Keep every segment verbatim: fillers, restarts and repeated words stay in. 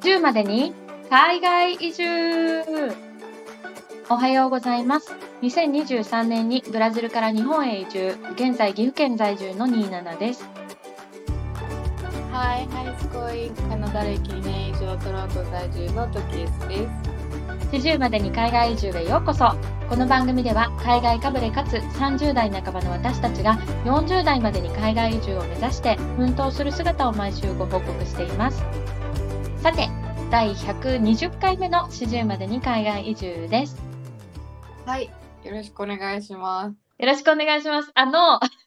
じゅうまでに海外移住。おはようございます。にせんにじゅうさんねんにブラジルから日本へ移住、現在岐阜県在住のニーナナです。 はい、ハイスコインカナダ歴にねん以上トロント在住のトキエスです。 よんじゅうまでに海外移住へようこそ。この番組では海外かぶれかつさんじゅう代半ばの私たちがよんじゅう代までに海外移住を目指して奮闘する姿を毎週ご報告しています。さて、だいひゃくにじゅっかいめのよんじゅうまでに海外移住です。 はい、よろしくお願いします。 よろしくお願いします。あの、 はい、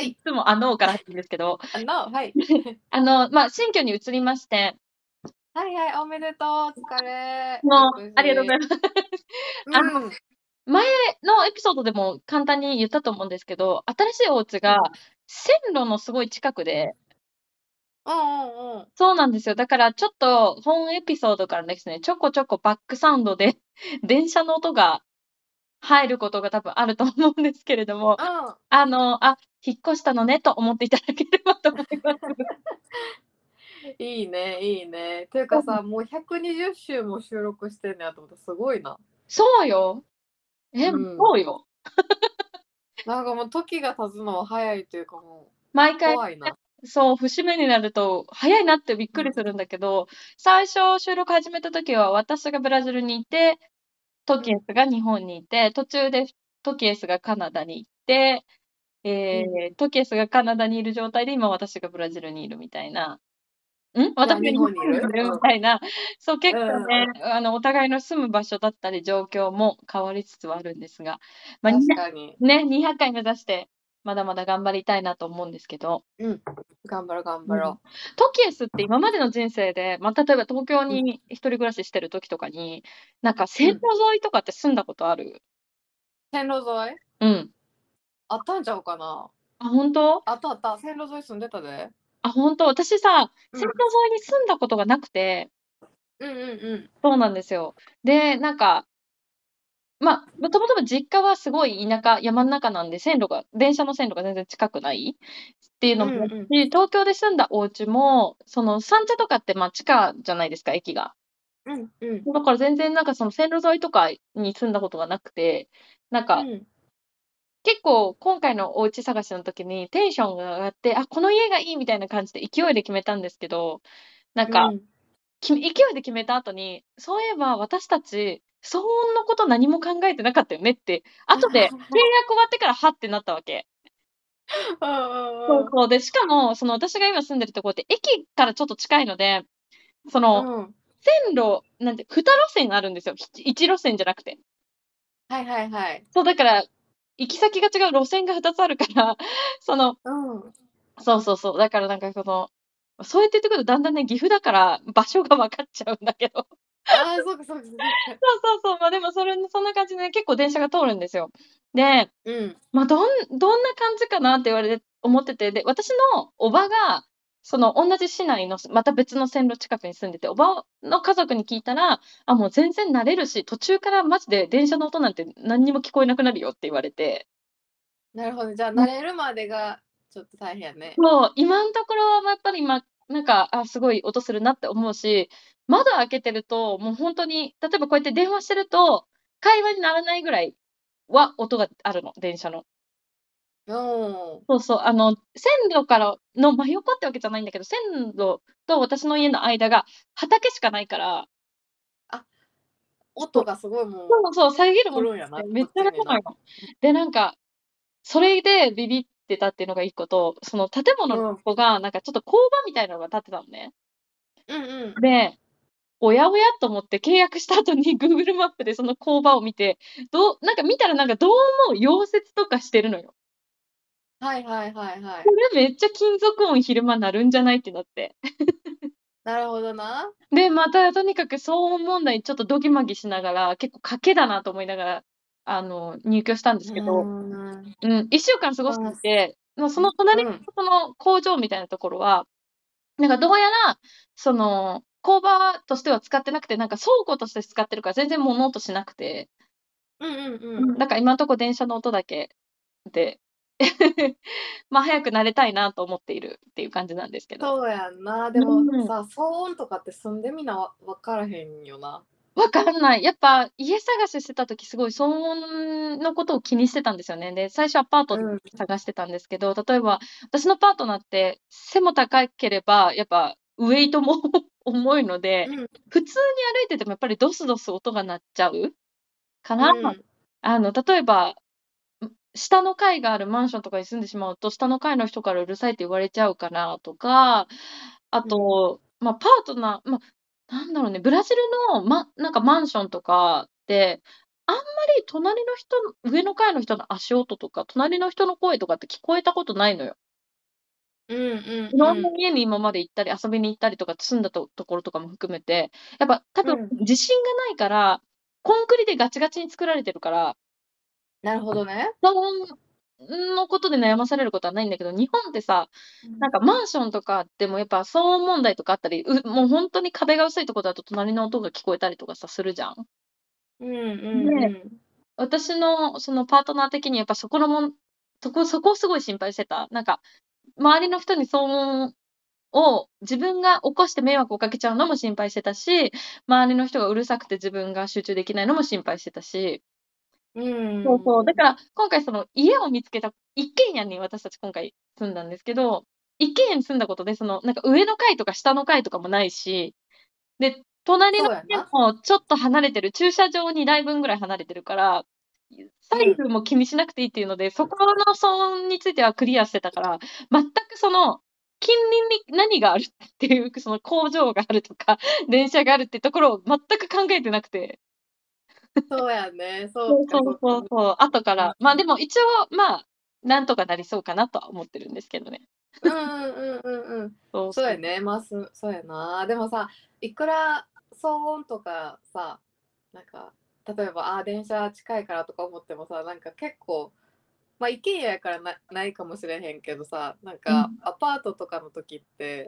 いつもあのから入ってるんですけど、 あの、はい。 あの、まあ、新居に移りまして、 はいはい、おめでとう、お疲れ。 もう、ありがとうございます。あの、 うん、 前のエピソードでも簡単に言ったと思うんですけど、新しいお家が線路のすごい近くで、 うんうんうん。 そうなんですよ。だからちょっと本エピソードからですね、ちょこちょこバックサウンドで電車の音が入ることが多分あると思うんですけれども、 うんあの、あ、引っ越したのねと思っていただければと思います。 いいね、いいね。ていうかさ、もうひゃくにじゅっ週も収録してんねやと思ったらすごいな。 そうよ。え、 うん。 そうよ。 なんかもう時が経つのは早いというかもう毎回、 怖いな。 そう、節目になると早いなってびっくりするんだけど、最初収録始めた時は私がブラジルにいて、トキエスが日本にいて、途中でトキエスがカナダに行って、えうん。 ー、トキエスがカナダにいる状態で今私がブラジルにいるみたいな。ん私がじゃあ日日本にいる？ 本にいるみたいな。そう、結うん。うん構ね、 うん。 あの、お互いの住む場所だったり状況も変わりつつはあるんですが、ま、に確かに。 ね、にひゃっかい目指して、まだまだ頑張りたいなと思うんですけど。 うん。頑張ろう頑張うん。 ろトキエスって今までの人生で、ま、例えば東京う。うん。 に一人暮らししてる時とかに、なんか線路うん。 沿いとかって住んだことある？ 線路沿い？ うん。 あったんちゃうかな。 あ、ほんと？ あったあった。線路沿い住んでたで。 あ、ほんと。私さ、 うん。 線路沿いに住んだことがなくて、 うんうんうん。 そうなんですよ。で、なんか、ま、もともとも実家はすごい田舎、山ん中なんで、線路が電車の線路が全然近くないっていうのもあるうんうん。 し、東京で住んだお家も、その三茶とかって、ま、地下じゃないですか、駅が。 うんうん。 だから全然なんかその線路沿いとかに住んだことがなくて、なんか、 うん。 結構今回のお家探しの時にテンションが上がって、あ、この家がいいみたいな感じで勢いで決めたんですけど、なんか、 うん。 き勢いで決めた後に、そういえば私たち、騒音のこと何も考えてなかったよねって、後で契約終わってからはってなったわけ。 うんうんうん。 そうそう。で、しかも、その私が今住んでるところって駅からちょっと近いので、その、 うん。 線路なんてに路線あるんですよ。ひいち路線じゃなくて。 はいはいはい。 そう、だから、行き先が違う路線がふたつあるから、そのうん。 そうそうそう。だからなんかその、そうやって言ってくるとだんだんね、岐阜だから場所が分かっちゃうんだけど。 ああ、そうかそうかそうか。 そうそうそう。ま、でもそれそんな感じでね、結構電車が通るんですよ。で、 うん。 ま、どんどんな感じかなって言われて思ってて、で、私の叔母が、そのおんなじ市内のまた別の線路近くに住んでて、叔母の家族に聞いたら、あ、もう全然慣れるし、途中からマジで電車の音なんて何にも聞こえなくなるよって言われて。 なるほど、じゃあもう慣れるまでがちょっと大変やね。 そう、今んところは、ま、やっぱり、ま、なんか、あ、すごい音するなって思うし、窓開けてると、もうほんとに、例えばこうやって電話してると、会話にならないぐらいは音があるの、電車の。 うん。 そうそう、あの、線路からの真横ってわけじゃないんだけど、線路と私の家の間が畑しかないから、 あ、 そう、 音がすごいもうそうそう、遮るもの来るんやな、こっめっちゃちにな。 なのよ。で、なんか、それでビビってたっていうのがいっこと、その建物のうん。 こが、なんかちょっと工場みたいなのが建ってたのね。 うんうん。 で、おやおやと思って契約した後に Google マップでその工場を見て、どうなんか見たらなんかどうも溶接とかしてるのよ。 はいはいはいはこい。 れめっちゃ金属音昼間鳴るんじゃないってなって。 なるほどな。 で、またとにかく騒音問題にちょっとドギマギしながら、結構賭けだなと思いながら、あの、入居したんでうーすけど、 ん。 うん、いっしゅうかん過ごしまあ、 てて、もうそうん、 の隣のうん。 その工場みたいなところは、なんかどうやら、その、工場としては使ってなくて、なんか倉庫として使ってるから全然物音しなくて、 うんうんうん。 うん、だから今んとこ電車の音だけでまあ、早く慣れたいなと思っているっていう感じなんですけど。 そうやんな。でもうん。 さ、騒音とかって住んでみなわ分からへんよな。 わかんない。やっぱ家探ししてた時すごい騒音のことを気にしてたんですよね。で、最初アパートうん。 探してたんですけど、例えば私のパートナーって背も高ければ、やっぱウエイトも重いので、 うん。 普通に歩いててもやっぱりドスドス音が鳴っちゃうかうら、 ん。 あの、例えば、ん、下の階があるマンションとかに住んでしまうと、下の階の人からうるさいって言われちゃうかなとか、あうん。 と、ま、パートナーま、なんだろうね、ブラジルの、まなんかマンションとかって、あんまり隣の人上の階の人の足音とか、隣の人の声とかって聞こえたことないのよ。 うんうんいろんなうん。 家に今まで行ったり遊びに行ったりとか、住んだとところとかも含めて、やっぱ多分うん。 地震がないから、コンクリでガチガチに作られてるからなるほどね。 騒音のことで悩まされることはないんだけど、日本ってさ、 うん。 なんかマンションとかでもやっぱ騒音問題とかあったり、うもうほんとに壁が薄いとこだと隣の音が聞こえたりとかさ、するじゃん。 うんうんで、 うん。 私のそのパートナー的にやっぱそこのもんそこそこをすごい心配してた。なんか、周りの人に騒音を自分が起こして迷惑をかけちゃうのも心配してたし、周りの人がうるさくて自分が集中できないのも心配してたし。 うそうそう。だーん。 から今回その家を見つけた一軒家に私たち今回住んだんですけど、一軒家に住んだことで、そのなんか上の階とか下の階とかもないし、で、隣の家そうやな。 もちょっと離れてる、駐車場にだいぶんぐらい離れてるから、サうん。 イズも気にしなくていいっていうので、そこの騒音についてはクリアしてたから、全くその、近隣に何があるっていう、その工場があるとか、電車があるってところを全く考えてなくて。 そうやね。そっそうそうかそっか。 そうそう。後かうん。 ら、ま、でも一応、まあ、なんとかなりそうかなとは思ってるんですけどね。 うんうんうんうんうん。 そうそう。 そうやね、ま、すそうやな。でもさ、いくら騒音とかさ、なんか、例えば、ああ、電車近いからとか思ってもさ、なんか結構、ま、一軒家やからなないかもしれへんけどさ、なんうん。 かアパートとかの時って、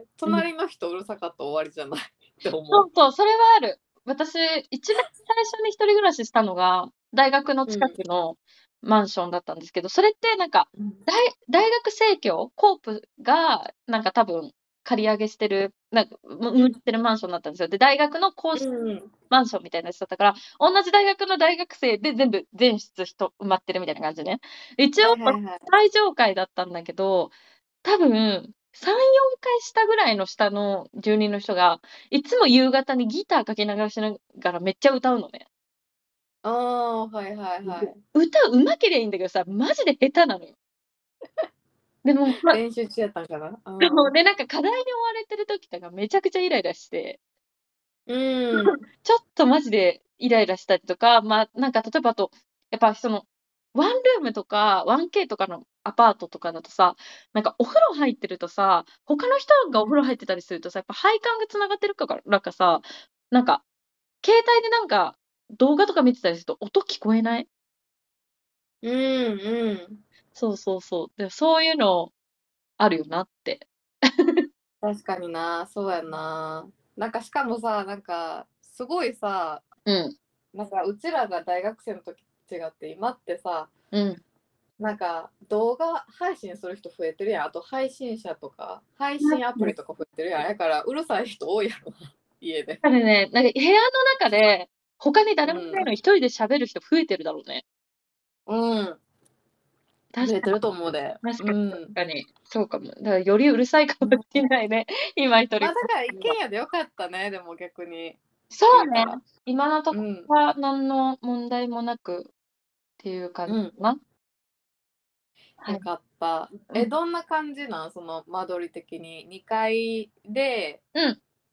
うん。 隣の人うるさかったら終わりじゃないって思う。 そうそう、それはある。私、一番最初に一人暮らししたのが、大学のうん。 近くのマンションだったんですけど、それってなんか、 うん。 だい大学生協、コープがなんか多分借り上げしてる、なんか、むうん。 運営してるマンションだったんですよ。で、大学の公う式んうん。 マンションみたいなやつだったから、おんなじ大学の大学生で全部全室人埋まってるみたいな感じね。一応はいはいはい。 最上階だったんだけど、多分さん、よんかい下ぐらいの下の住人の人が、いつも夕方にギターかけながらしながらめっちゃ歌うのね。 ああ、はいはいうん、で、 はい。 歌上手けりゃいいんだけどさ、マジで下手なのよ。でも、ま練習中やったんかな？うそう、 ん。 で、なんか課題に追われてる時とかめちゃくちゃイライラして、 うーん。 ちょっとマジでイライラしたりとか、ま、なんか例えばあと、やっぱその、ワンルームとか ワンケー とかのアパートとかだとさ、なんかお風呂入ってるとさ、他の人がおうん。 風呂入ってたりするとさ、やっぱ配管が繋がってるかからかさ、なんか、携帯でなんか動画とか見てたりすると音聞こえない？ うんうん。 そうそうそう。で、そういうのあるよなって。 確かにな、そうやな。なんかしかもさ、なんか、すごいさ、 うん、 なんかうちらが大学生の時と違って、今ってさ、 うん。 なんか動画配信する人増えてるやん。あと配信者とか、配ま、 信アプリとか増えてるやん。だからうるさい人多いやろな、家で。 だからね、なんか部屋の中で、他に誰もいないうん。 のに一人で喋る人増えてるだろうね。 うん。増えて確かると思うで。 に、確かに確うん。 かに。そうかも。だからよりうるさいかもしれないね。今一人まあ、だから一軒は。 家でよかったね、でも逆にそうね。 聞いたら。 今のとこうん。 は何の問題もなくっていう感じうん。 かな。はい。 よかった。え、 うん。 どんな感じなん？その間取り的に。にかいでうん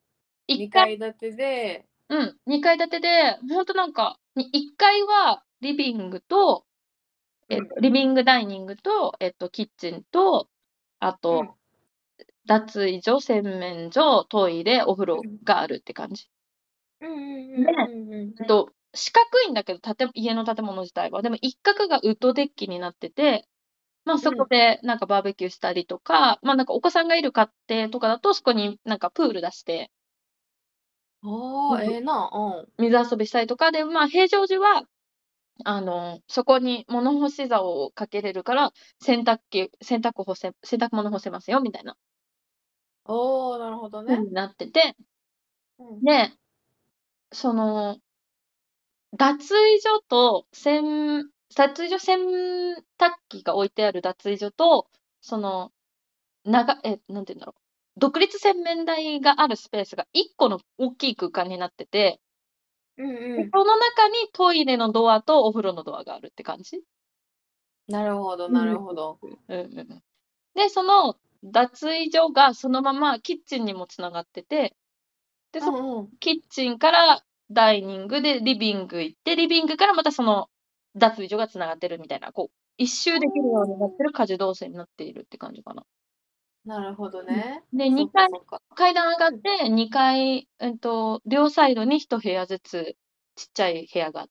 。1 2 階階建てでうん、にかい建てで、ほんとなんか、にいっかいはリビングと、 うん、 えっと、リビングダイニングと、えっと、キッチンと、あうん、 と、脱衣所、洗面所、トイレ、お風呂うん。 があるって感じ。 うんうんで、 うんうんうん。 えっと、四角いんだけど、たて家の建物自体は。でも一角がウッドデッキになってて、ま、そこうん。 でなんかバーベキューしたりとか、ま、なんかお子さんがいる家庭とかだと、そこになんかプール出してああ、 うん。 ええな、うん。 水遊びしたりとか、で、まあ、平常時はあの、そこに物干し竿をかけれるから、洗濯機洗濯干せ洗濯物干せますよみたいなおお、なるほどね。 風になってて、 うん。 で、その、脱衣所とせん脱衣所洗濯機が置いてある脱衣所と、その、ながえ、なんて言うんだろう、独立洗面台があるスペースがいっこの大きい空間になってて、 うんで、 うん。 その中にトイレのドアとお風呂のドアがあるって感じ？ なるほどなうんうんるほど。 うんうんうん。で、その脱衣所がそのままキッチンにも繋がってて、で、そうんうん。 キッチンからダイニングでリビング行って、リビングからまたその脱衣所が繋がってるみたいな、こう、一周できるようになってる家事動線になっているって感じかな。 なるほどうん。 ね。 で、 そにかいっかそっか。 階段上がっうん。 て、にかい、うんと、両サイドにいち部屋ずつちっちゃい部屋があって、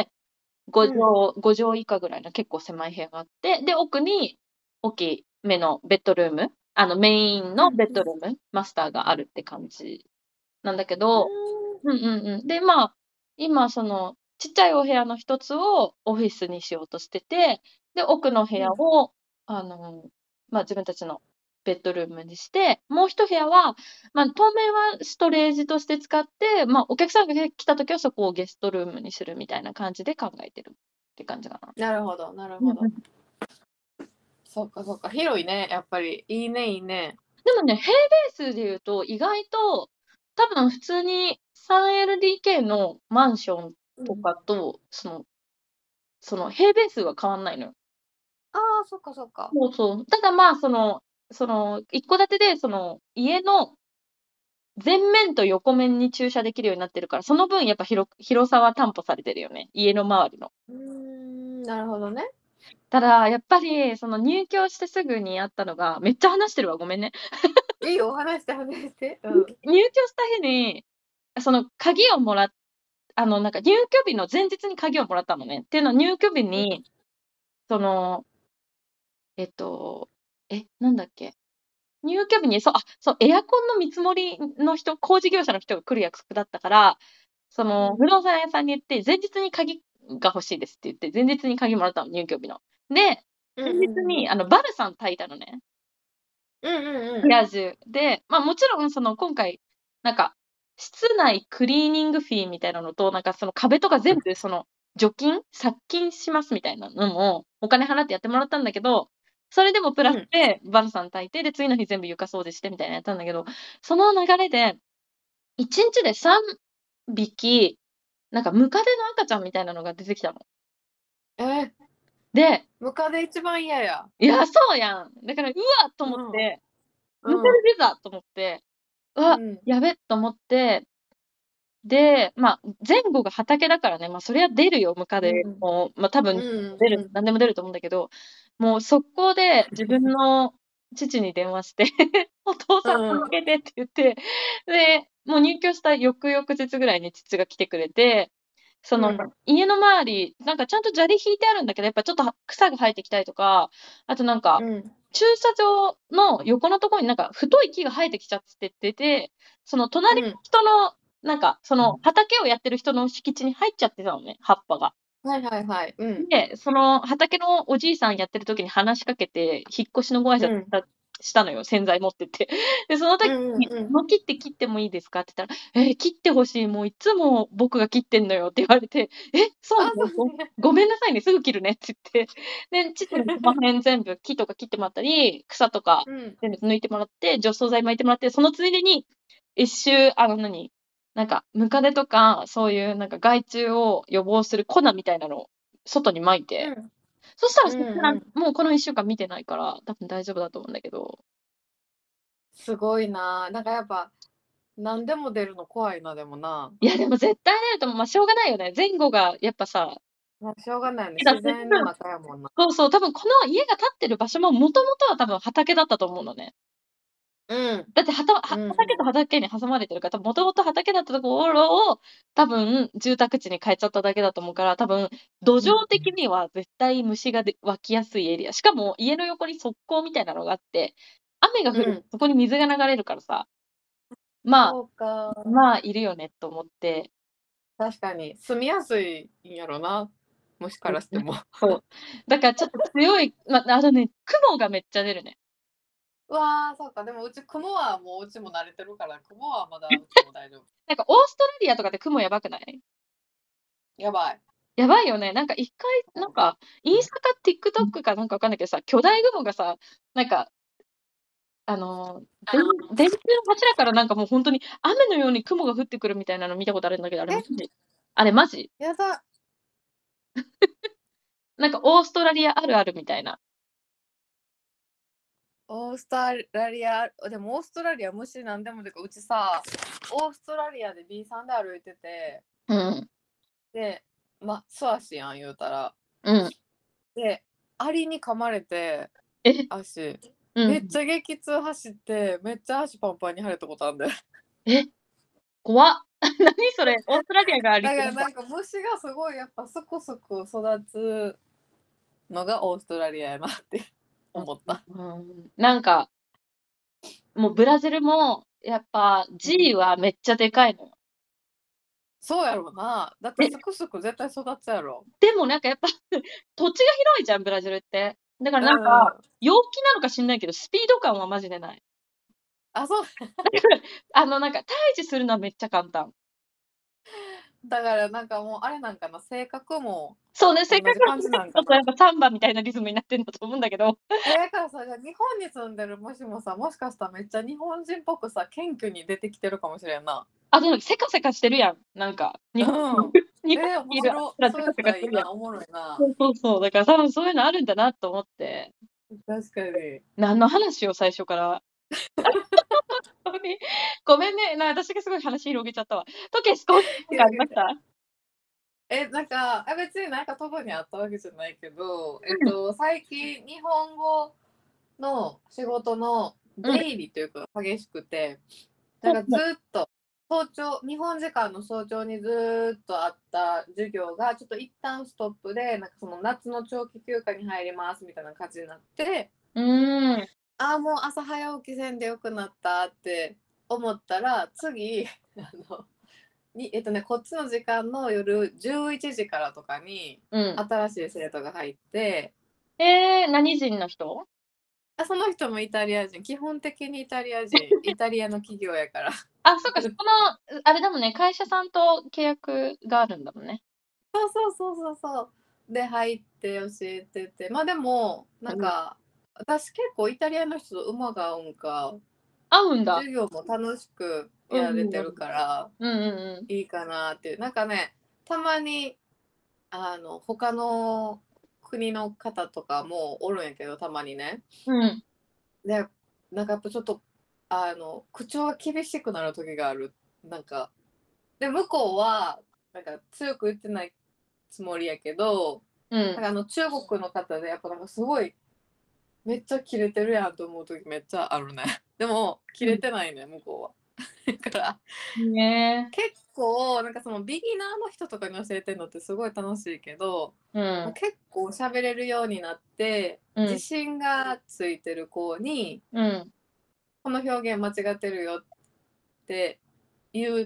ごうん。 畳ご畳以下ぐらいの結構狭い部屋があって、で、奥に大きめのベッドルーム、あの、メインのベッうんうん。 ドルーム、マスターがあるって感じなんだけうど、 ーん。 うんうんうん。で、まあ、今そのちっちゃいお部屋の一つをオフィスにしようとしてて、で、奥の部うん。 屋を、あの、ま、自分たちのベッドルームにして、もう一部屋は、ま、当面はストレージとして使って、ま、お客さんが、ね、来た時はそこをゲストルームにするみたいな感じで考えてるって感じかな。 なるほどなるほど。 うんうん。 そっかそっか、広いね、やっぱり。いいねいいね。 でもね、平米数で言うと意外と、多分普通に スリーエルディーケー のマンションとうん。 かと、そのその平米数は変わんないのよ。 ああ、そっかそっか。 そうそう。ただ、まあ、そのその一戸建てで、その家の前面と横面に駐車できるようになってるから、その分やっぱひろ広さは担保されてるよね、家の周りの。 うーん、なるほどね。 ただ、やっぱりその入居してすぐにあったのがめっちゃ話してるわ、ごめんね。 いいよ、話して話して。うにん。 入居した日に、その鍵をもらあの、なんか入居日の前日に鍵をもらったのね。っていうのは入居日うん。 に、そのえっと、え、なんだっけ。入居日に、そう、あ、そう、エアコンの見積もりの人、工事業者の人が来る約束だったから、その、 うん。 不動産屋さんに言って、前日に鍵が欲しいですって言って、前日に鍵もらったの、入居日の。で、 うん前うんうん。 日にあの、バルサン焚いたのね。 うんうんうん。 部屋中。で、ま、もちろんその今回、なんか、室内クリーニングフィーみたいなのと、なんかその壁とか全部その除菌、殺菌しますみたいなのも、お金払ってやってもらったんだけど、それでもプラスうん。 でバルサン焚いて、で、次の日全部床掃除してみたいなやったんだけど、その流れで、いちんちでさんびき、なんかムカデの赤ちゃんみたいなのが出てきたの。 え。 でムカデ一番嫌や。 いや、そうやん。だから、うわっとうん。 思って、ムカうん。 デ出たと思って、あ、 うん。 やべと思ってで、ま、前後が畑だからね、ま、そりゃ出るよ、ムカデうん。 も、ま、多分うん出るうん。 なんでも出ると思うんだけど、もう速攻で自分の父に電話して「お父さんうんうん。 助けて」って言って、で、もう入居した翌々日ぐらいに父が来てくれて、その、 うん。 家の周り、なんかちゃんと砂利引いてあるんだけど、やっぱちょっとは草が生えてきたりとか、あとなんか、 うん。 駐車場の横のとこになんか太い木が生えてきちゃっててて、その隣のうん。 人の、なんかその畑をやってる人の敷地に入っちゃってたのね、葉っぱが。 はいはいはい。うん。 で、その畑のおじいさんやってる時に話しかけて、引っ越しのご挨拶うん。 したしたのよ、洗剤持ってって。で、その時うんうんにうん。 「思い切って切ってもいいですか？」って言ったら「え、切って欲しい、もういっつも僕が切ってんのよ」って言われて「え、そうあ、 なの？ごそうね。 ごめんなさいね、すぐ切るね」って言って、で、父にその辺全部木とか切ってもらったり、草とかうん。 全部抜いてもらって、除草剤撒いてもらって、そのついでに一周、あの、何、なんかムカデとか、そういうなんか害虫を予防する粉みたいなのを外に撒いて、 うん。 そしたらうそっからんうん。 もうこのいっしゅうかん見てないから、多分大丈夫だと思うんだけど。 すごいな。なんかやっぱ、なんでも出るの怖いな、でもな。 いや、でも絶対出ると思う。ま、しょうがないよね。前後がやっぱさま、しょうがないよね、 木だし、 自然の中やもんな。 そうそう、多分この家が建ってる場所も、もともとは多分畑だったと思うのね。 うん。 だってはたはうんうん。 畑と畑に挟まれてるから、多分もともと畑だったところを、多分住宅地に変えちゃっただけだと思うから、多分土うん。 壌的には絶対虫がで湧きやすいエリア。しかも家の横に側溝みたいなのがあって、雨が降るうん。 そこに水が流れるからさ、まあ、 そうか。 まあ、いるよねと思って。 確かに、住みやすいんやろな。 虫かそうね。 らしても。 そう。だからちょっと強い、ま、あのね、雲がめっちゃ出るね。 うわ、そうか、でもうち雲はもううちも慣れてるから、雲はまだうちも大丈夫。 なんかオーストラリアとかって雲やばくない？ やばい。 やばいよね。なんか一回、 うん。 なんか、インスタか TikTok かなんかわかんないけどさ、巨大雲がさ、なんか、あの、でん電柱の柱からなんかもうほんとに雨のように雲が降ってくるみたいなの見たことあるんだけど、あれえ、 マジ？あれマジ？ やだ。 なんかオーストラリアあるあるみたいな。 オーストラリア、でもオーストラリア虫なんでもてか、うちさ、オーストラリアで ビーさん で歩いてて、 うん。 で、ま、素足やん言うたら。 うん。 で、アリに噛まれて、 え、 足、 うん。 めっちゃ激痛走って、めっちゃ足パンパンに腫れたことあんで。 え、怖っ。何それ、オーストラリアがアリだってなんかからなんか虫がすごいやっぱすくすく育つのがオーストラリアやなってあ、 思った。 うん、なんか、もうブラジルもやっぱうん。 G はめっちゃでかいのよ。 そうやろうな。だってですくすく絶対育つやろ。 でもなんかやっぱ土地が広いじゃん、ブラジルって。だからうなんか、 ん。 陽気なのか知んないけど、スピード感はマジでない。 あ、そう。 あのなんか退治するのはめっちゃ簡単。 だからなんかもうあれなんかな、性格もそうね、 同性格がじ感じなんかな。 やっぱサンバみたいなリズムになってんだと思うんだけど。 え、だからさ、日本に住んでる虫もさ、もしかしたらめっちゃ日本人っぽくさ、謙虚に出てきてるかもしれんな。 あ、でもせかせかしてるやん、なんか、日本にいうん。 る日本えー、面にいるあい白。そうやっつらせかせたらいいな、 かしてるやん。 おもろいな。 そうそうそう、だから多分そういうのあるんだなと思って。 確かに。 何の話よ、最初から。ほんとに、ごめんね、な私がすごい話広げちゃったわ。とけし、こうなんかありました？ え、なんか、あ、別になんか特にあったわけじゃないけど、えっうん。 と、最近日本語の仕事のうん。 出入りというか激しくて、なんかずほうほう。 っと早朝日本時間の早朝にずっとあった授業がちょっと一旦ストップで、なんかその夏の長期休暇に入りますみたいな感じになって、 うーん。 ああ、もう朝早起きせんでよくなったって思ったら、次、あのに、えっとね、こっちの時間の夜じゅういちじからとかにうん。 新しい生徒が入って、 ええ、何人の人？ あ、その人もイタリア人、基本的にイタリア人、イタリアの企業やから。 あ、そっか、そこの、うあれだもんね、会社さんと契約があるんだもんね。 そうそうそうそうそう。で、入って教えてて、ま、でも、なうん。 んか、私結構イタリアの人と馬が合うんか、 合うんだ。 授業も楽しくうんやれてるうんうん。 から、 うんうんうん。 いいかなっていう。なんかね、たまにあの、他の国の方とかもおるんやけど、たまにね。 うん。 で、なんかやっぱちょっと、あの、口調が厳しくなる時がある。なんか、で、向こうは、なんか強く言ってないつもりやけど、 うん。 なんかあの中国の方でやっぱなんかすごい、めっちゃキレてるやんと思う時めっちゃあるね。でも、キレうん。 てないね、向こうは。だからねえ。 結構、なんかそのビギナーの人とかに教えてんのってすごい楽しいけど、まあ、 うん。 結構喋れるようになって、自うん。 信がついてる子に、 うん。 この表現間違ってるよって言って、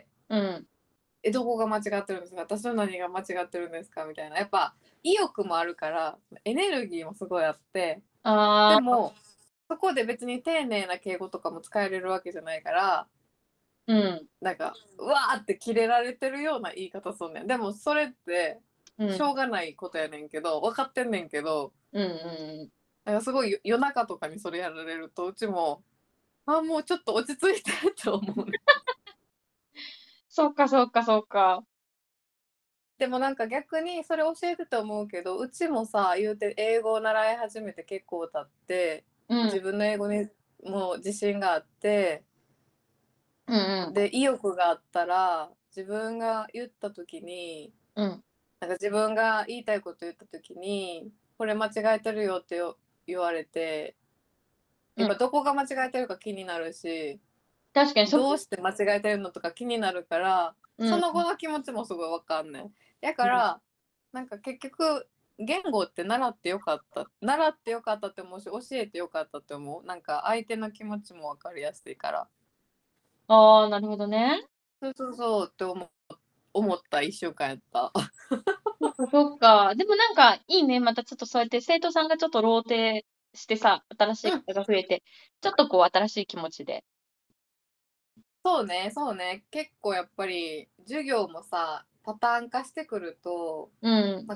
うん。 え、どこが間違ってるんですか、私の何が間違ってるんですかみたいな。やっぱ意欲もあるから、エネルギーもすごいあって、でああ、 も、そこで別に丁寧な敬語とかも使えれるわけじゃないから、 うん。 なんか、うわーってキレられてるような言い方すんねん。でもそれって、 うん。 しょうがないことやねんけど、分かってんねんけど、 うんうんうん。 なんかすごい夜中とかにそれやられると、うちも、あ、もうちょっと落ち着いてって思うね。 そっかそっかそっか。 でもなんか逆にそれ教えてて思うけど、うちもさ、言うて英語を習い始めて結構経って、 うん。 自分の英語にもう自信があって、 うんうん。 で、意欲があったら、自分が言った時に、 うん。 なんか自分が言いたいこと言った時に、これ間違えてるよってよ言われて、 うん。 やっぱどこが間違えてるか気になるし、 確かにそこ。 どうして間違えてるのとか気になるから、 うん。 その後の気持ちもすごいわかんねん。だかうん。 ら、なんか結局、言語って習ってよかった。習ってよかったって思うし、教えてよかったって思う。なんか相手の気持ちもわかりやすいから。 ああ、なるほどね。 そうそうそうって思思ったいっしゅうかんやった。 そっかそっか。でもなんかいいね。またちょっとそうやって生徒さんがちょっとローテしてさ、新しいうん、 方が増えて、ちょっとこう新しい気持ちで。 そうね、そうね。結構やっぱり授業もさ、パターン化してくると、 うん。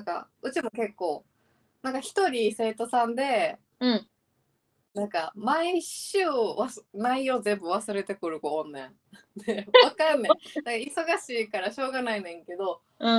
なんかうちも結構、なんか一人生徒さんで、 うん。 なんか毎週わす内容全部忘れてくる子おんねん。で、わかんねん。なんか忙しいからしょうがないねんけど、 うん。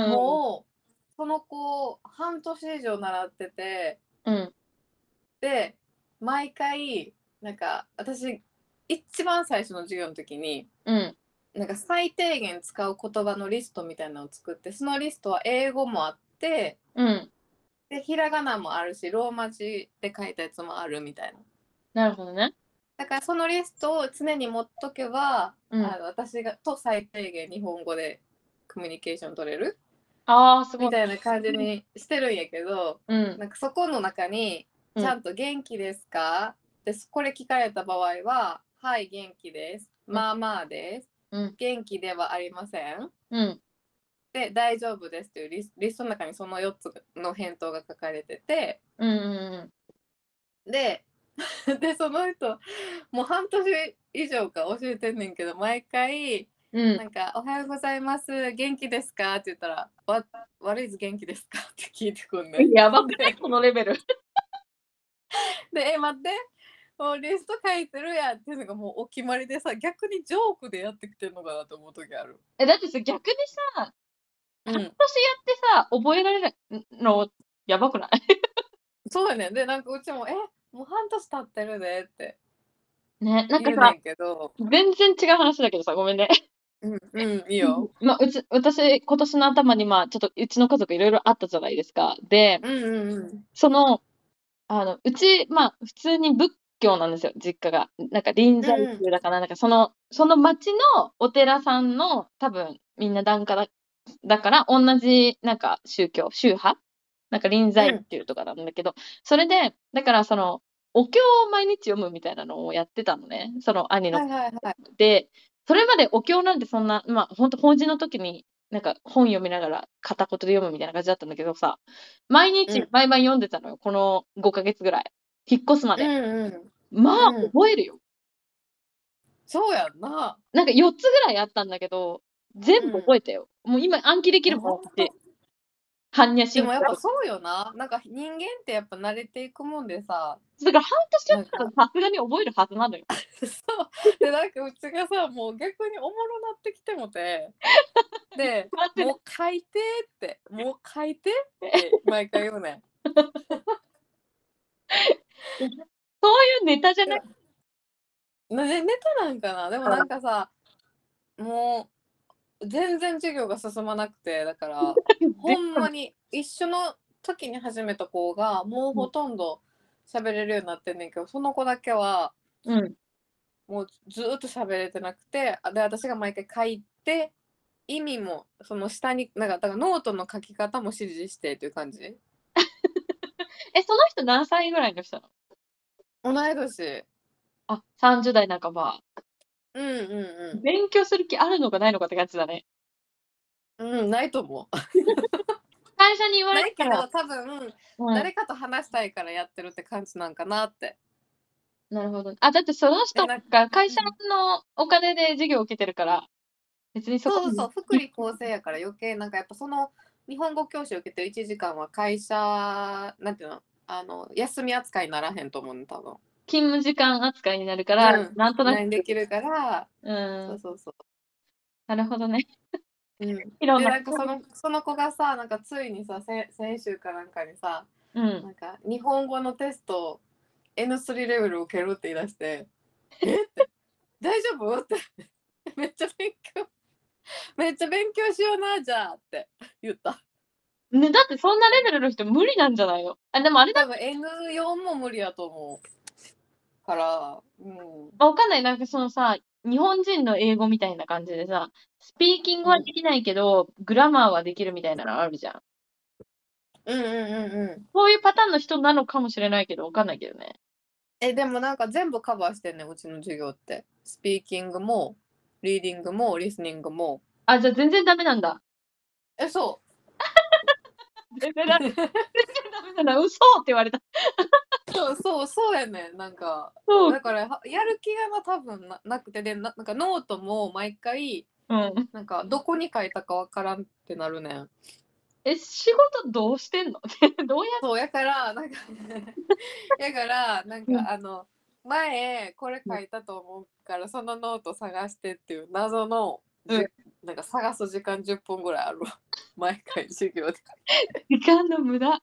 もうその子半年以上習ってて、 うん。 で、毎回、なんか私、一番最初の授業の時に、 うん。 なんか最低限使う言葉のリストみたいなのを作って、そのリストは英語もあって、 うん。 で、ひらがなもあるし、ローマ字で書いたやつもあるみたいな。 なるほどね。 だからそのリストを常に持っとけば、 うん。 あの私がと最低限日本語でコミュニケーション取れるああ、すごい。 みたいな感じにしてるんやけど、 うん。 なんかそこの中に、 うん。 ちゃんと元気ですかで、これ聞かれた場合は、はい、元気です。 うん。 まあまあです。 うん。 元気ではありません。 うん。 で、大丈夫ですというリスリストの中にそのよっつの返答が書かれてて、 うん。うん。 で、で、その人、もう半年以上か教えてんねんけど、毎回、 うん。 なんか、おはようございます、元気ですかって言ったら、わ、悪いず元気ですかって聞いてくんねやばくないん。で、 このレベル。 で、え、待って、もうリスト書いてるやんっていうのがもうお決まりでさ、逆にジョークでやってきてんのかなと思う時ある。 え、だってさ、逆にさ、 うん。 半年やってさ、覚えられないの、やばくない？ そうやねん。で、なんかうちも、え、もう半年経ってるでってね、なんかさ、 言うねんけど、 全然違う話だけどさ、ごめんね。 うん、うん、いいよ。 ま、うち私、今年の頭に、まあ、ちょっとうちの家族色々あったじゃないですか。で、 うんうんうん。 その、あの、うち、まあ、普通に仏教なんですよ、実家が。なんか臨済うんうん。 宗だかな、なんかそのその町のお寺さんの多分みんな檀家だだから、おんなじなんか宗教宗派？なんか臨済うん。 宗とかなんだけど、それで、だからその、お経を毎日読むみたいなのをやってたのね、その兄のはいはいはい。 で、それまでお経なんてそんな、まあ、ほんと法事の時に、なんか本読みながら片言で読むみたいな感じだったんだけどさ、毎日うん。 毎晩読んでたのよ、このごかげつぐらい。引っ越すまうで。 んうん。 まあ、 うん。 覚えるよ。 そうやんな。 なんかよっつぐらいあったんだけど、全部うん。 覚えたよ。もう今暗記できあ、 るもん、 ほんと。 私。般若でもやっ心経とか。 ぱそうよな。なんか人間ってやっぱ慣れていくもんでさ、 だから半年やったらなんか、 さすがに覚えるはずなのよ。 そう。で、なんかうちがさ、もう逆におもろなってきてもて、で、 待ってね。 もう書いてって、もう書いてって毎回言うねん。 そういうネタじゃない？ なね、ネタなんかな。でもなんかさ、もう全然授業が進まなくて、だからほんまに一緒の時に始めた子がもうほとんど喋れるようになってんねんけど、その子だけはうん。 もうずーっと喋れてなくて、あで、私が毎回書いて、意味もその下に、なんかだからノートの書き方も指示してっていう感じ。 え、その人何歳ぐらいの人なの？ 同い年。 あ、さんじゅう代半ば。 うんうん勉強する気あるのかないのかって感じだね。 うん。うん、ないと思う。 会社に言われたから、 ないけど、多分うん、 誰かと話したいからやってるって感じなんかなって。 なるほど。あ、だってそので、 人なんか、 が会社うん。 のお金で授業を受けてるから、別にそこにそうそうそう、福利厚生やから余計なんかやっぱその日本語教師を受けてるいちじかんは会社、なんていうの、あの、休み扱いにならへんと思うね、多分。 勤務時間扱いになるから、 うん。 なんとなく、 何できるから、 うーん、 そうそうそう。 なるほどね。 うん。で、 いろんな、 なんかそのその子がさ、なんかついにさ、せ先週かなんかにさ、 うん。 なんか日本語のテスト エヌスリー レベル受けるって言い出して、えって、大丈夫って、めっちゃ勉強、めっちゃ勉強しような、じゃあって言った。 ね、だってそんなレベルの人無理なんじゃないの？あ、でもあれだ、 多分 エヌよん も無理やと思うから、うん。 わかんない、なんかそのさ、日本人の英語みたいな感じでさ、スピーキングうん。 はできないけど、グラマーはできるみたいなのあるじゃん。 うんうんうんうん。 そういうパターンの人なのかもしれないけど、わかんないけどね。 え、でもなんか全部カバーしてんねん、うちの授業って。スピーキングも、リーディングも、リスニングも。 あ、じゃあ全然ダメなんだ。 え、そう。 全然ダメ、全然ダメだな、嘘って言われた。 そうそうそうやねん。なんかそう。 だからはやる気がな多分ななくてでななんかノートも毎回うん。 なんかどこに書いたかわからんってなるねん。 え、仕事どうしてんの？どうやっそうやからなんかやからなんうん。 かあの前これうん。 書いたと思うからそのノート探してっていう謎のうん。 じなんか探す時間じゅっぷんぐらいあるわ。毎回授業で。 時間の無駄。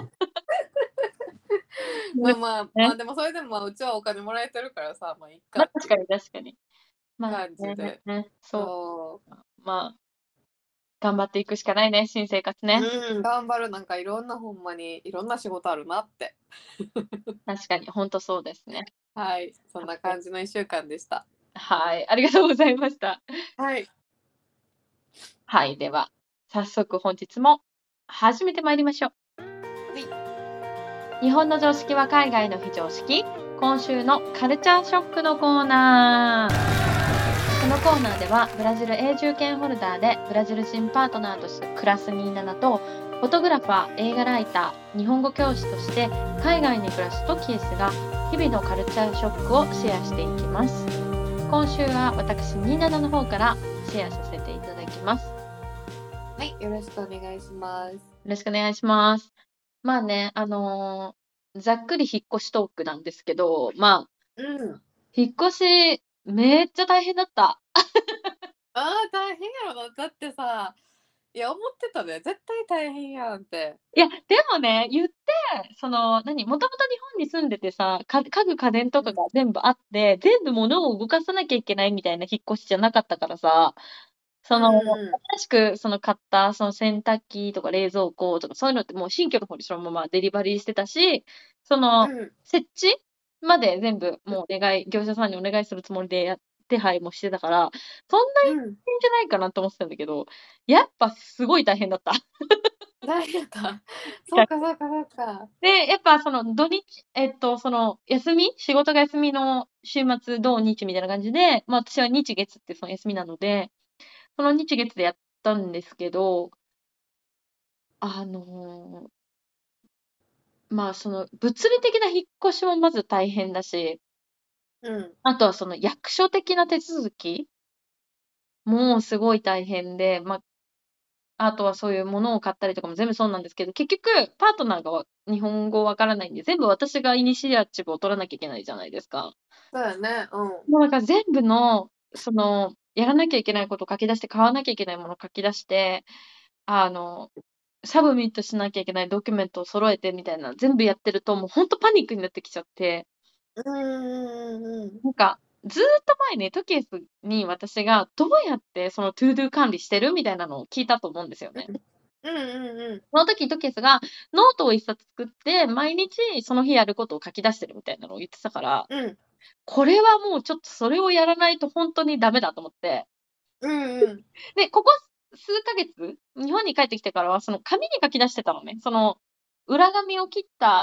まあまあまね。 あでもそれでもまあうちはお金もらえてるからさ、まあいっま、 かっていう確かに確かに。まあ感じね、 で。 ね、そそう。まあ、頑張っていくしかないね、新生活ね。 う。うん、頑張る。なんかいろんなほんまにいろんな仕事あるなって。 確かに、ほんとそうですね。 はい、そんな感じのいっしゅうかんでした。 はい、ありがとうございました。 はい。 はい、では、早速本日も始めて参りましょう。 はい。 日本の常識は海外の非常識。今週のカルチャーショックのコーナー。このコーナーではブラジル永住権ホルダーでブラジル人パートナーとして暮らすにじゅうななとフォトグラファー、映画ライター、日本語教師として海外に暮らすトキエスが日々のカルチャーショックをシェアしていきます。今週は私にじゅうななの方からシェアさせていただきます。 はい、よろしくお願いします。 よろしくお願いします。まあね、あのーざっくり引っ越しトークなんですけど、まあ、 うん。 引っ越しめっちゃ大変だった。 ああ、大変やろな。だってさ、いや、思ってたね。絶対大変やんって。 いや、でもね、言って、その、何、もともと日本に住んでてさ、か家具家電とかが全部あって、全部物を動かさなきゃいけないみたいな引っ越しじゃなかったからさ、そうんの、 うん。 新しくその買ったその洗濯機とか冷蔵庫とかそういうのってもう新居の方にそのままデリバリーしてたし、その、 うん。 設置まで全部もうお願い、業者さんにお願いするつもりでや手配もしてたから、そんなにうん。 大変じゃないかなと思ってたんだけど、やっぱすごい大変だった。 大変やった。そうかそうかそうか。 で、やっぱその土日、えっと、その休み仕事が休みの週末、土日みたいな感じで、まあ私は日月ってその休みなので、その日月でやったんですけど、あの、まあその物理的な引っ越しもまず大変だし、 うん。 あとはその役所的な手続きもすごい大変で、まあ、あとはそういうものを買ったりとかも全部そうなんですけど、結局パートナーがわ日本語わからないんで、全部私がイニシアチブを取らなきゃいけないじゃないですか。 そうやね。うん。 もうだから全部の、その、やらなきゃいけないことを書き出して、買わなきゃいけないものを書き出して、あの、サブミットしなきゃいけないドキュメントを揃えてみたいな、全部やってると、もうほんとパニックになってきちゃって、 うんうんうんうん。 なんか、ずーっと前にトキエスに私がどうやってそのトゥードゥ管理してるみたいなのを聞いたと思うんですよね。 うんうんうん。 その時トキエスがノートを一冊作って、毎日その日やることを書き出してるみたいなのを言ってたから、 うん。 これはもうちょっとそれをやらないとほんとにダメだと思って。 うんうん。 で、ここ数ヶ月、日本に帰ってきてからは、その紙に書き出してたのね。その、裏紙を切った、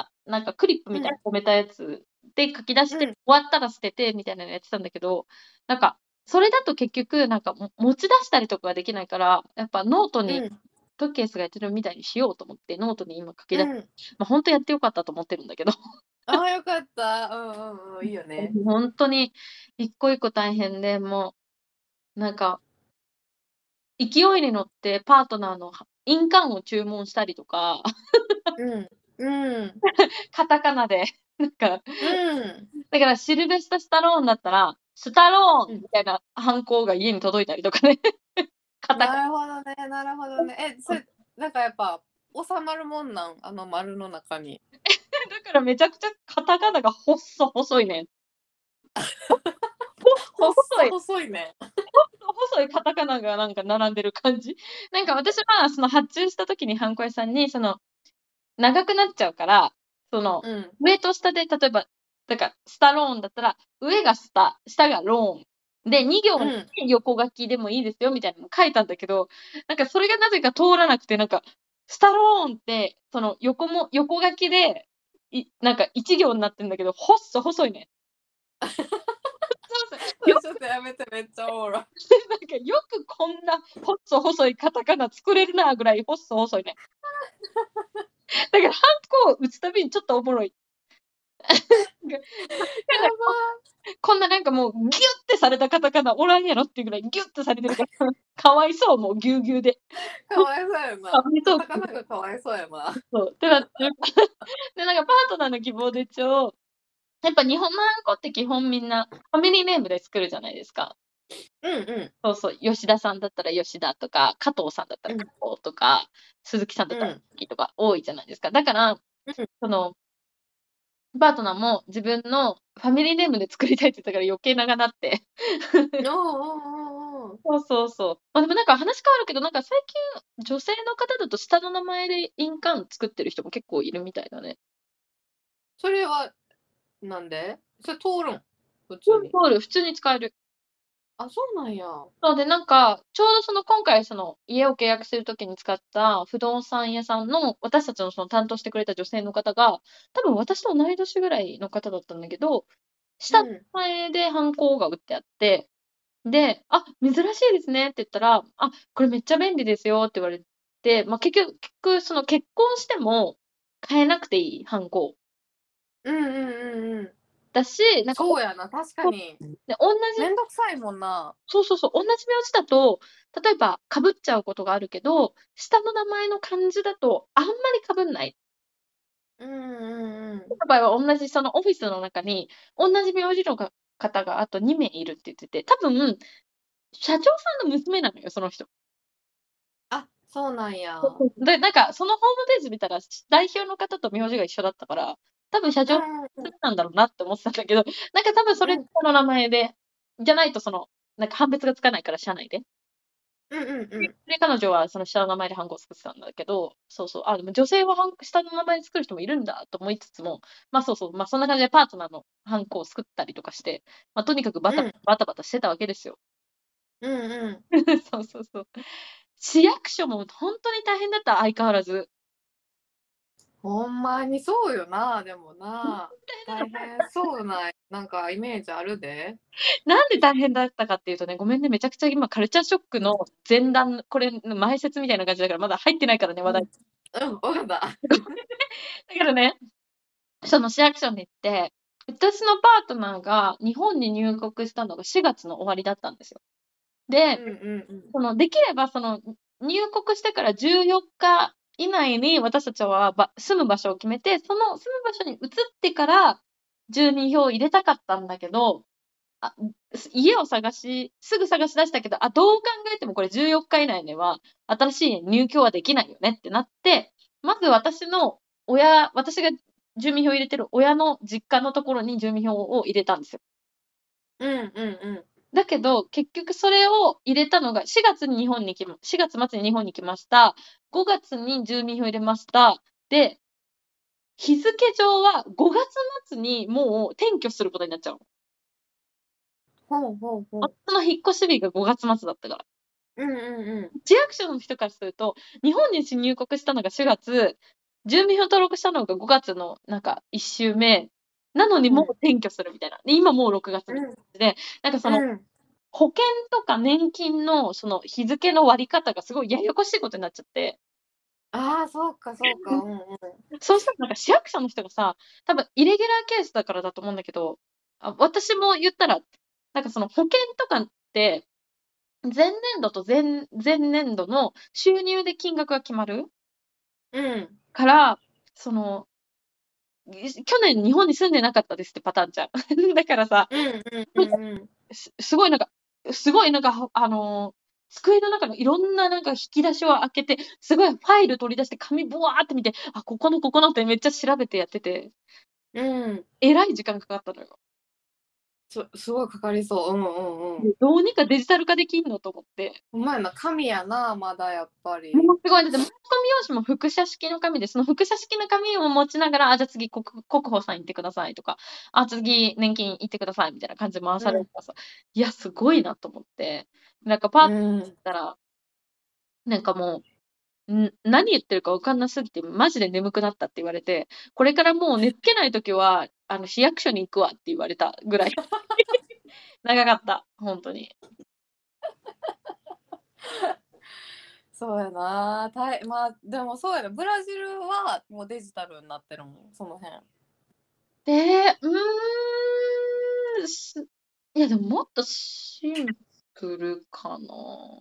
なんかクリップみたいに留めたやつで書き出して、 うん。 終わったら捨ててみたいなのやってたんだけど、なんか、それだと結局、なんかも持ち出したりとかができないから、やっぱノートに、 うん。 トキエスがやってるみたいにしようと思って、ノートに今書き出しうん。 ま、ほんとやってよかったと思ってるんだけど。 ああ、よかった。うんうんうん。いいよね。 ほんとに一個一個大変で、もう、なんか勢いに乗ってパートナーのは印鑑を注文したりとか、 うん。うん。 カタカナで、なんか、 うん。 だからシルベスタ・スタローンだったら、スタロうん。 ーンみたいなハンコが家に届いたりとかね。カタカなるほどね、なるほどね。え、そナ。 れ、なんかやっぱ収まるもんなん？あの丸の中に。 だからめちゃくちゃカタカナがほっそ細いねん。ほっほっそそ細い。 細いね。 ほっそ細いカタカナがなんか並んでる感じ。なんか私はその発注した時にハンコ屋さんに、その長くなっちゃうから、その、 うん。 上と下で例えば、だからスタローンだったら、上がスタ、下がローン。で、に行うん。 横書きでもいいですよみたいなの書いたんだけど、なんかそれがなぜか通らなくて、なんか、スタローンって、その横も横書きで、いなんかいち行になってんだけど、ほっそ細いね。そうそう。よそれちょっとやめて、めっちゃおもろい。 なんかよくこんなほっそ細いカタカナ作れるなぐらいほっそ細いね。 だから、ハンコを打つたびにちょっとおもろい。 やこんななんかもう、ギュッてされたカタカナおらんやろっていうぐらいギュッてされてるから、かわいそう、もうぎゅうぎゅうで。 ばかわいそうやな。 かわいそう。 カタカナがかわいそうやな。 そう。ってなって、で、なんかパートナーの希望で一応、やっぱ日本のハンコって基本みんなファミリーネームで作るじゃないですか。 うんうんそうそう、吉田さんだったら吉田とか、加藤さんだったら加藤とか、鈴木さんだったらうん鈴木とか多いじゃないですか。だから、 うんその、パートナーも自分のファミリーネームで作りたいって言ったから余計長なって。 おうおうおうおう。 そうそうそう。まあでもなんか話変わるけど、なんか最近女性の方だと下の名前で印鑑作ってる人も結構いるみたいだね。 それはなんで？それ通るん？普通に。 通る、普通に使える。 あ、そうなんや。 そうで、なんか、ちょうどその今回その家を契約するときに使った不動産屋さんの私たちのその担当してくれた女性の方が、多分私と同い年ぐらいの方だったんだけど、下のうん。 前でハンコが打ってあって、で、あ、珍しいですねって言ったら、あ、これめっちゃ便利ですよって言われて、まあ、結局、結局その結婚しても変えなくていいハンコうんうんうんうん。 だし、なんか、おそうやな、確かに。 で、同じ、 めんどくさいもんな。 そうそうそう、同じ名字だと、例えば被っちゃうことがあるけど、下の名前の漢字だとあんまり被んない。 うんうんうん。 の場合は同じそのオフィスの中に、同じ名字のか方があとに名いるって言ってて、多分、社長さんの娘なのよ、その人。 あ、そうなんや。 で、なんか、そのホームページ見たら、代表の方と名字が一緒だったから、多分社長うんうんなんだろうなって思ってたんだけど、なんか多分それうん。 の名前で、じゃないとその、なんか判別がつかないから、社内で。 うんうんうん。 で、彼女はその下の名前でハンコを作ってたんだけど、そうそう、あ、でも女性はハン下の名前で作る人もいるんだと思いつつも、まあそうそう、まあそんな感じでパートナーのハンコを作ったりとかして、まあとにかくバタうんバタバタしてたわけですよ。 うんうん。 そうそうそう。市役所も本当に大変だった、相変わらず。 ほんまにそうよな、でもな。大大変だ変そうな、なんかイメージあるで。 なんで大変だったかっていうとね、ごめんね、めちゃくちゃ今カルチャーショックの前段、これの前説みたいな感じだからまだ入ってないからね、話題。 うん。うん、わかった。 だからね、その市役所に行って、私のパートナーが日本に入国したのがしがつの終わりだったんですよ。で、 うんうんうん。 そのできればその入国してからじゅうよっか以内に私たちはば住む場所を決めて、その住む場所に移ってから住民票を入れたかったんだけど、あ、家を探し、すぐ探し出したけど、あ、どう考えてもこれじゅうよっか以内では新しい入居はできないよねってなって、まず私の親、私が住民票を入れてる親の実家のところに住民票を入れたんですよ。 うんうんうん。 だけど、結局それを入れたのがしがつに日本に来ま、しがつ末に日本に来ました。ごがつに住民票入れました。で、日付上はごがつ末にもう転居することになっちゃうの。 ほうほうほう。 夫の引っ越し日がごがつ末だったから。 うんうんうん。 市役所の人からすると、日本に入国したのがしがつ、住民票登録したのがごがつのなんかいっ週目、なのにもう転居するみたいな。で、今もうろくがつみたいな感じで、なんかその、 うん。 保険とか年金のその日付の割り方がすごいややこしいことになっちゃって。 ああ、そうかそうか。うんうん。 そうしたらなんか市役所の人がさ、多分イレギュラーケースだからだと思うんだけど、あ、私も言ったら、なんかその保険とかって、前年度と前前年度の収入で金額が決まるうん。 から、その、去年日本に住んでなかったですってパターンじゃん。だからさ、 うんうんうんうん。 すすごいなんか、すごいなんか、あの、机の中のいろんななんか引き出しを開けて、すごいファイル取り出して紙ブワーって見て、あ、ここのここのってめっちゃ調べてやってて、 うん。 えらい時間かかったのよ。 すすごいかかりそう。うんうんうん。 で、どうにかデジタル化できんのと思って。 ほんまやな、紙やな、まだやっぱり。 もうすごい、だって申し込み用紙も複写式の紙で、その複写式の紙を持ちながら、あ、じゃあ次国国保さん行ってくださいとか、あ、次年金行ってくださいみたいな感じで回うん。 されるからさ、いや、すごいなと思って。なんかパッうと見ん。 たら、なんかもう、ん、何言ってるか分かんなすぎて、マジで眠くなったって言われて、これからもう寝つけない時は、あの、市役所に行くわって言われたぐらい。長かった、ほんとに。 そうやな。たいまあ、でもそうやな。ブラジルはもうデジタルになってるもん、その辺。 で、うーん、すいやでももっとシンプルかな。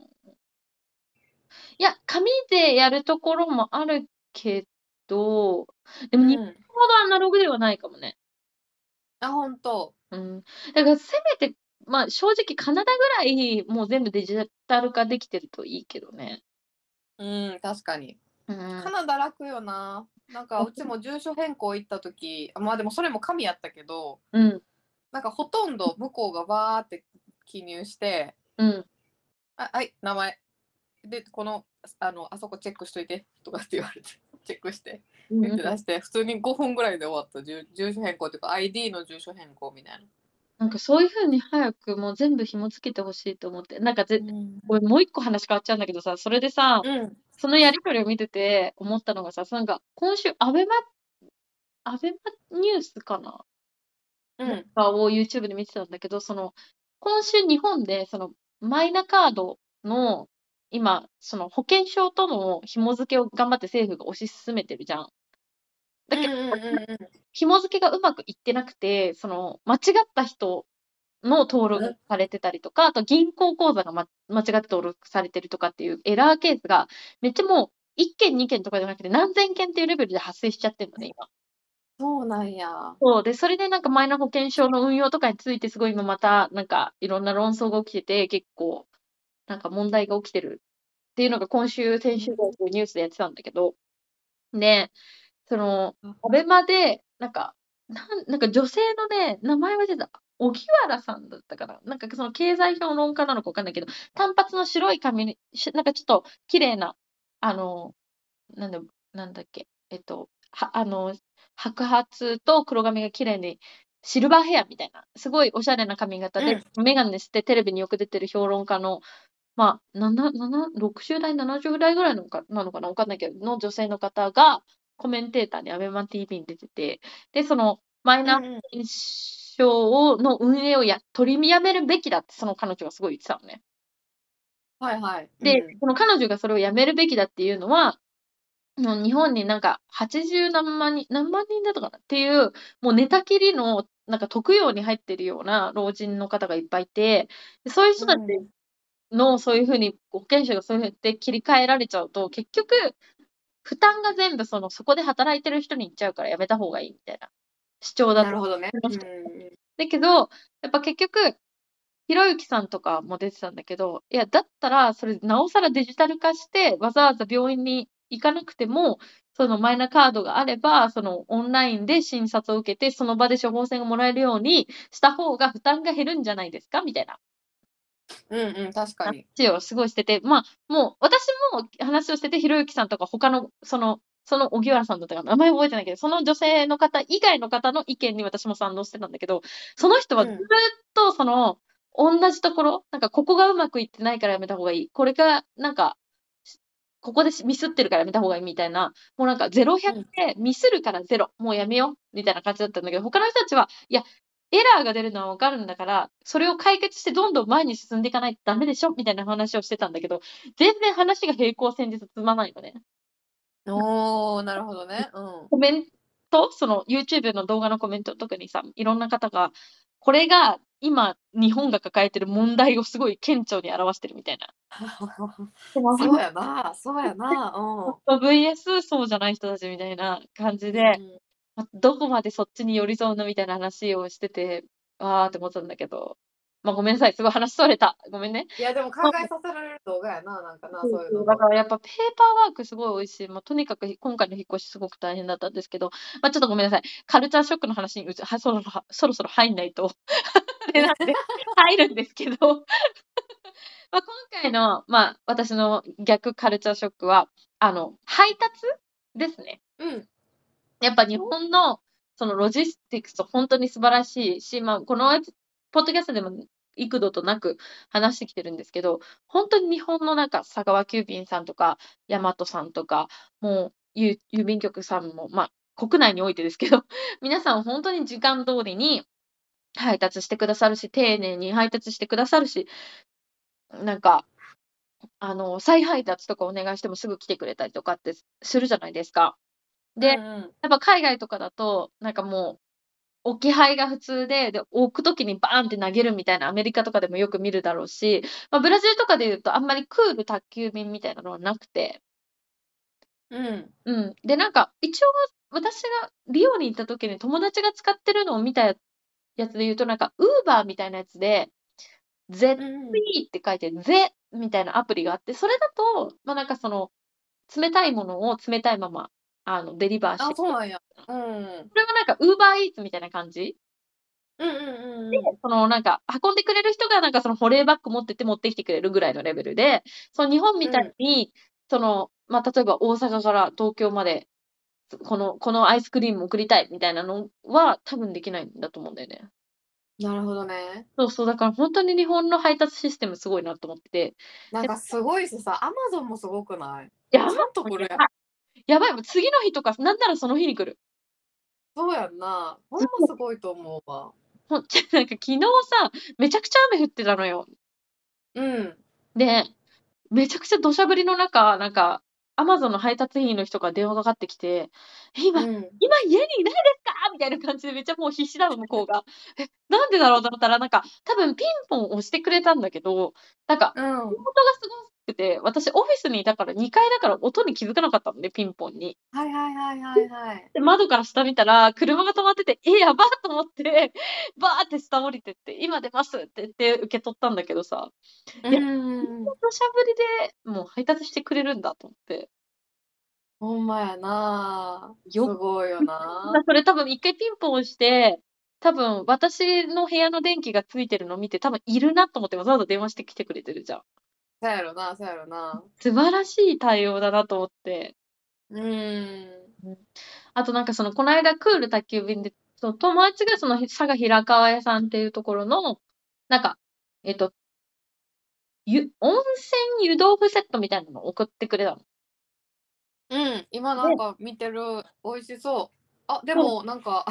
いや、紙でやるところもあるけど、でも日うん。 本ほどアナログではないかもね。 あ、ほんと。 うん。だからせめて、まあ正直カナダぐらいもう全部デジタル化できてるといいけどね。 うん、確かに。 うん。 カナダ楽よな。なんかうちも住所変更行った時、あまあでもそれも紙やったけど、 うん。 なんかほとんど向こうがバーって記入して、 うん。 あ、はい、名前。で、この、あの、あそこチェックしといてとかって言われて、チェックして、 うんうん。 言って出して、普通にごふんぐらいで終わった。住住所変更っていうか、アイディー の住所変更みたいな。 なんかそういう風に早くもう全部紐付けて欲しいと思って。なんかぜうん。 これもう一個話変わっちゃうんだけどさ、それでさ、 うん。 そのやり取りを見てて思ったのがさ、なんか今週アベマアベマニュースかななんうん。 かを YouTube で見てたんだけど、その、今週日本でそのマイナカードの今、その保険証との紐付けを頑張って政府が推し進めてるじゃん。だけど、 うんうんうんうん。 紐付けがうまくいってなくて、その間違った人の登録がされてたりとか、あと銀行口座が、ま、間違って登録されてるとかっていうエラーケースが、めっちゃもういっけんにけんとかじゃなくて何千件っていうレベルで発生しちゃってるのね、今。 そうなんや。 そう、で、それでなんかマイナ保険証の運用とかについてすごい今また、なんかいろんな論争が起きてて、結構なんか問題が起きてるっていうのが今週、先週ぐらいニュースでやってたんだけど、で、その、アベマで、なんか、なんなんか女性のね、名前は出た。荻原さんだったかな。なんかその経済評論家なのかわかんないけど、単発の白い髪に、しなんかちょっと綺麗な、あの、なんだなんだっけ、えっと、はあの、白髪と黒髪が綺麗に、シルバーヘアみたいな、すごいおしゃれな髪型で、 うん。 メガネしてテレビによく出てる評論家の、まあ、ななななろくじゅう代、ななじゅう代ぐらいのかなのかなわかんないけど、の女性の方がコメンテーターにアベマ ティーブイ に出てて、で、そのマイナ保うんうん。 険証をの運営をや取りやめるべきだって、その彼女がすごい言ってたのね。 はいはい。うで、 ん。 その彼女がそれをやめるべきだっていうのは、もう日本になんかはちじゅう何万人何万人だったかなっていう、もう寝たきりの、なんか特養に入ってるような老人の方がいっぱいいて、で、そういう人たちうん。 のそういう風に保険証がそういう風にで切り替えられちゃうと、結局、負担が全部その、そこで働いてる人に行っちゃうからやめた方がいいみたいな主張だった。 なるほどね。 その人うん。 だけど、やっぱ結局、ひろゆきさんとかも出てたんだけど、いや、だったら、それなおさらデジタル化して、わざわざ病院に行かなくても、そのマイナカードがあれば、そのオンラインで診察を受けて、その場で処方箋がもらえるようにした方が負担が減るんじゃないですかみたいなうんうん、確かに。 話をすごいしてて、まあ、もう私も話をしてて、ひろゆきさんとか他の、その、その荻原さんだったかな、名前覚えてないけど、その女性の方以外の方の意見に私も賛同してたんだけど、その人はずっうん。 とその、同じところ、なんかここがうまくいってないからやめた方がいい。これが、なんか、ここでミスってるからやめた方がいいみたいな、もうなんかゼロひゃくうん。 でミスるからゼロ、もうやめようみたいな感じだったんだけど、他の人たちは、いや、エラーが出るのはわかるんだから、それを解決してどんどん前に進んでいかないとダメでしょみたいな話をしてたんだけど、全然話が平行線で進まないのね。 おお、なるほどね。うん。 コメント、その YouTube の動画のコメント、特にさ、いろんな方が、これが今日本が抱えてる問題をすごい顕著に表してるみたいな。でもそうやな、そうやな。 ブイエス そうじゃない人たちみたいな感じうん。 で、 うん。 ま、どこまでそっちに寄り添うのみたいな話をしてて、ああって思ったんだけど、ま、ごめんなさい、すごい話それた。ごめんね。 いや、でも考ま、 えさせられる動画やな、なんかな、 そうそう、だそういうのも。 からやっぱペーパーワークすごい多いし、ま、とにかくひ今回の引っ越しすごく大変だったんですけど、ま、ちょっとごめんなさい。カルチャーショックの話にうつはそろそろはそろそろ入んないとあれなんで、入るんですけど、ま、今回の、ま、私の逆カルチャーショックは、あの、配達ですね。 うん。 やっぱ日本のそのロジスティクスほんとに素晴らしいし、ま、このポッドキャストでも幾度となく話してきてるんですけど、ほんとに日本のなんか佐川急便さんとか、ヤマトさんとか、もう、ゆ郵便局さんも、ま、国内においてですけど、皆さんほんとに時間通りに配達してくださるし、丁寧に配達してくださるし、なんかあの、再配達とかお願いしてもすぐ来てくれたりとかってすするじゃないですか。で、やうんうん。 っぱ海外とかだと、なんかもう、置き配が普通で、で、置く時にバーンって投げるみたいなアメリカとかでもよく見るだろうし、ま、ブラジルとかで言うとあんまりクール宅急便みたいなのはなくて。 うん。 うん。で、なんか、一応私がリオに行った時に友達が使ってるのを見たややつで言うと、なんか Uber みたいなやつで、ゼッうんうん。 ピーって書いて、ゼみたいなアプリがあって、それだと、ま、なんかその、冷たいものを冷たいまま、あの、デリバーしあ、 てそうなんや。 な。 うん。 それはなんか Uber Eats みたいな感じ？ うんうんうんで、 うん。 そのなんか、運んでくれる人がなんかその保冷バッグ持ってて持ってきてくれるぐらいのレベルで、その日本みたいうん。 に、その、ま、例えば大阪から東京まで、つこのこのアイスクリーム送りたいみたいなのは、多分できないんだと思うんだよね。 なるほどね。 そうそう、だからほんとに日本の配達システムすごいなと思ってて。でなんかすごいしさ、Amazon もすごくない？ いや、 ちゃんと Amazon 来るやん。 やばい。やばい、もう次の日とか、なんならその日に来る。 そうやんな。ほんすごい。 ますごいと思うわ。 ほんなんか昨日さ、めちゃくちゃ雨降ってたのよ。 うん。 で、めちゃくちゃ土砂降りの中、なんか、Amazon の配達員の人から電話かかってきて、「今うん。 今家にいないですか？」みたいな感じでめっちゃもう必死なの、向こうが。え、なんでだろうと思ったら、なんか、多分ピンポン押してくれたんだけど、なんか、 うん。 音がすごくて、私オフィスにいたからにかいだから音に気づかなかったのね、ピンポンに。 はいはいはいはいはい。 で、窓から下見たら、車が止まってて、え、やばと思って、バーって下降りてって、今出ますって言って受け取ったんだけどさ、 うんいや、 うんうんうん。 こんな土砂降りで、もう配達してくれるんだと思って。 ほんまやな。すよごいよま、 な。 それ多分いっかいピンポン押して、多分私の部屋の電気がついてるの見て、多分いるなと思ってわざわざ電話してきてくれてるじゃん。 そうやろなそうやろな。 素晴らしい対応だなと思って。 うーん。 うん。あとなんかその、こないだクール宅急便で、その友達がその、ひ佐賀平川屋さんっていうところの、なんか、えっとゆ温泉湯豆腐セットみたいなのを送ってくれたの。 うん、今なんでか見てる。美味しそう。あ、でそう。 もなんか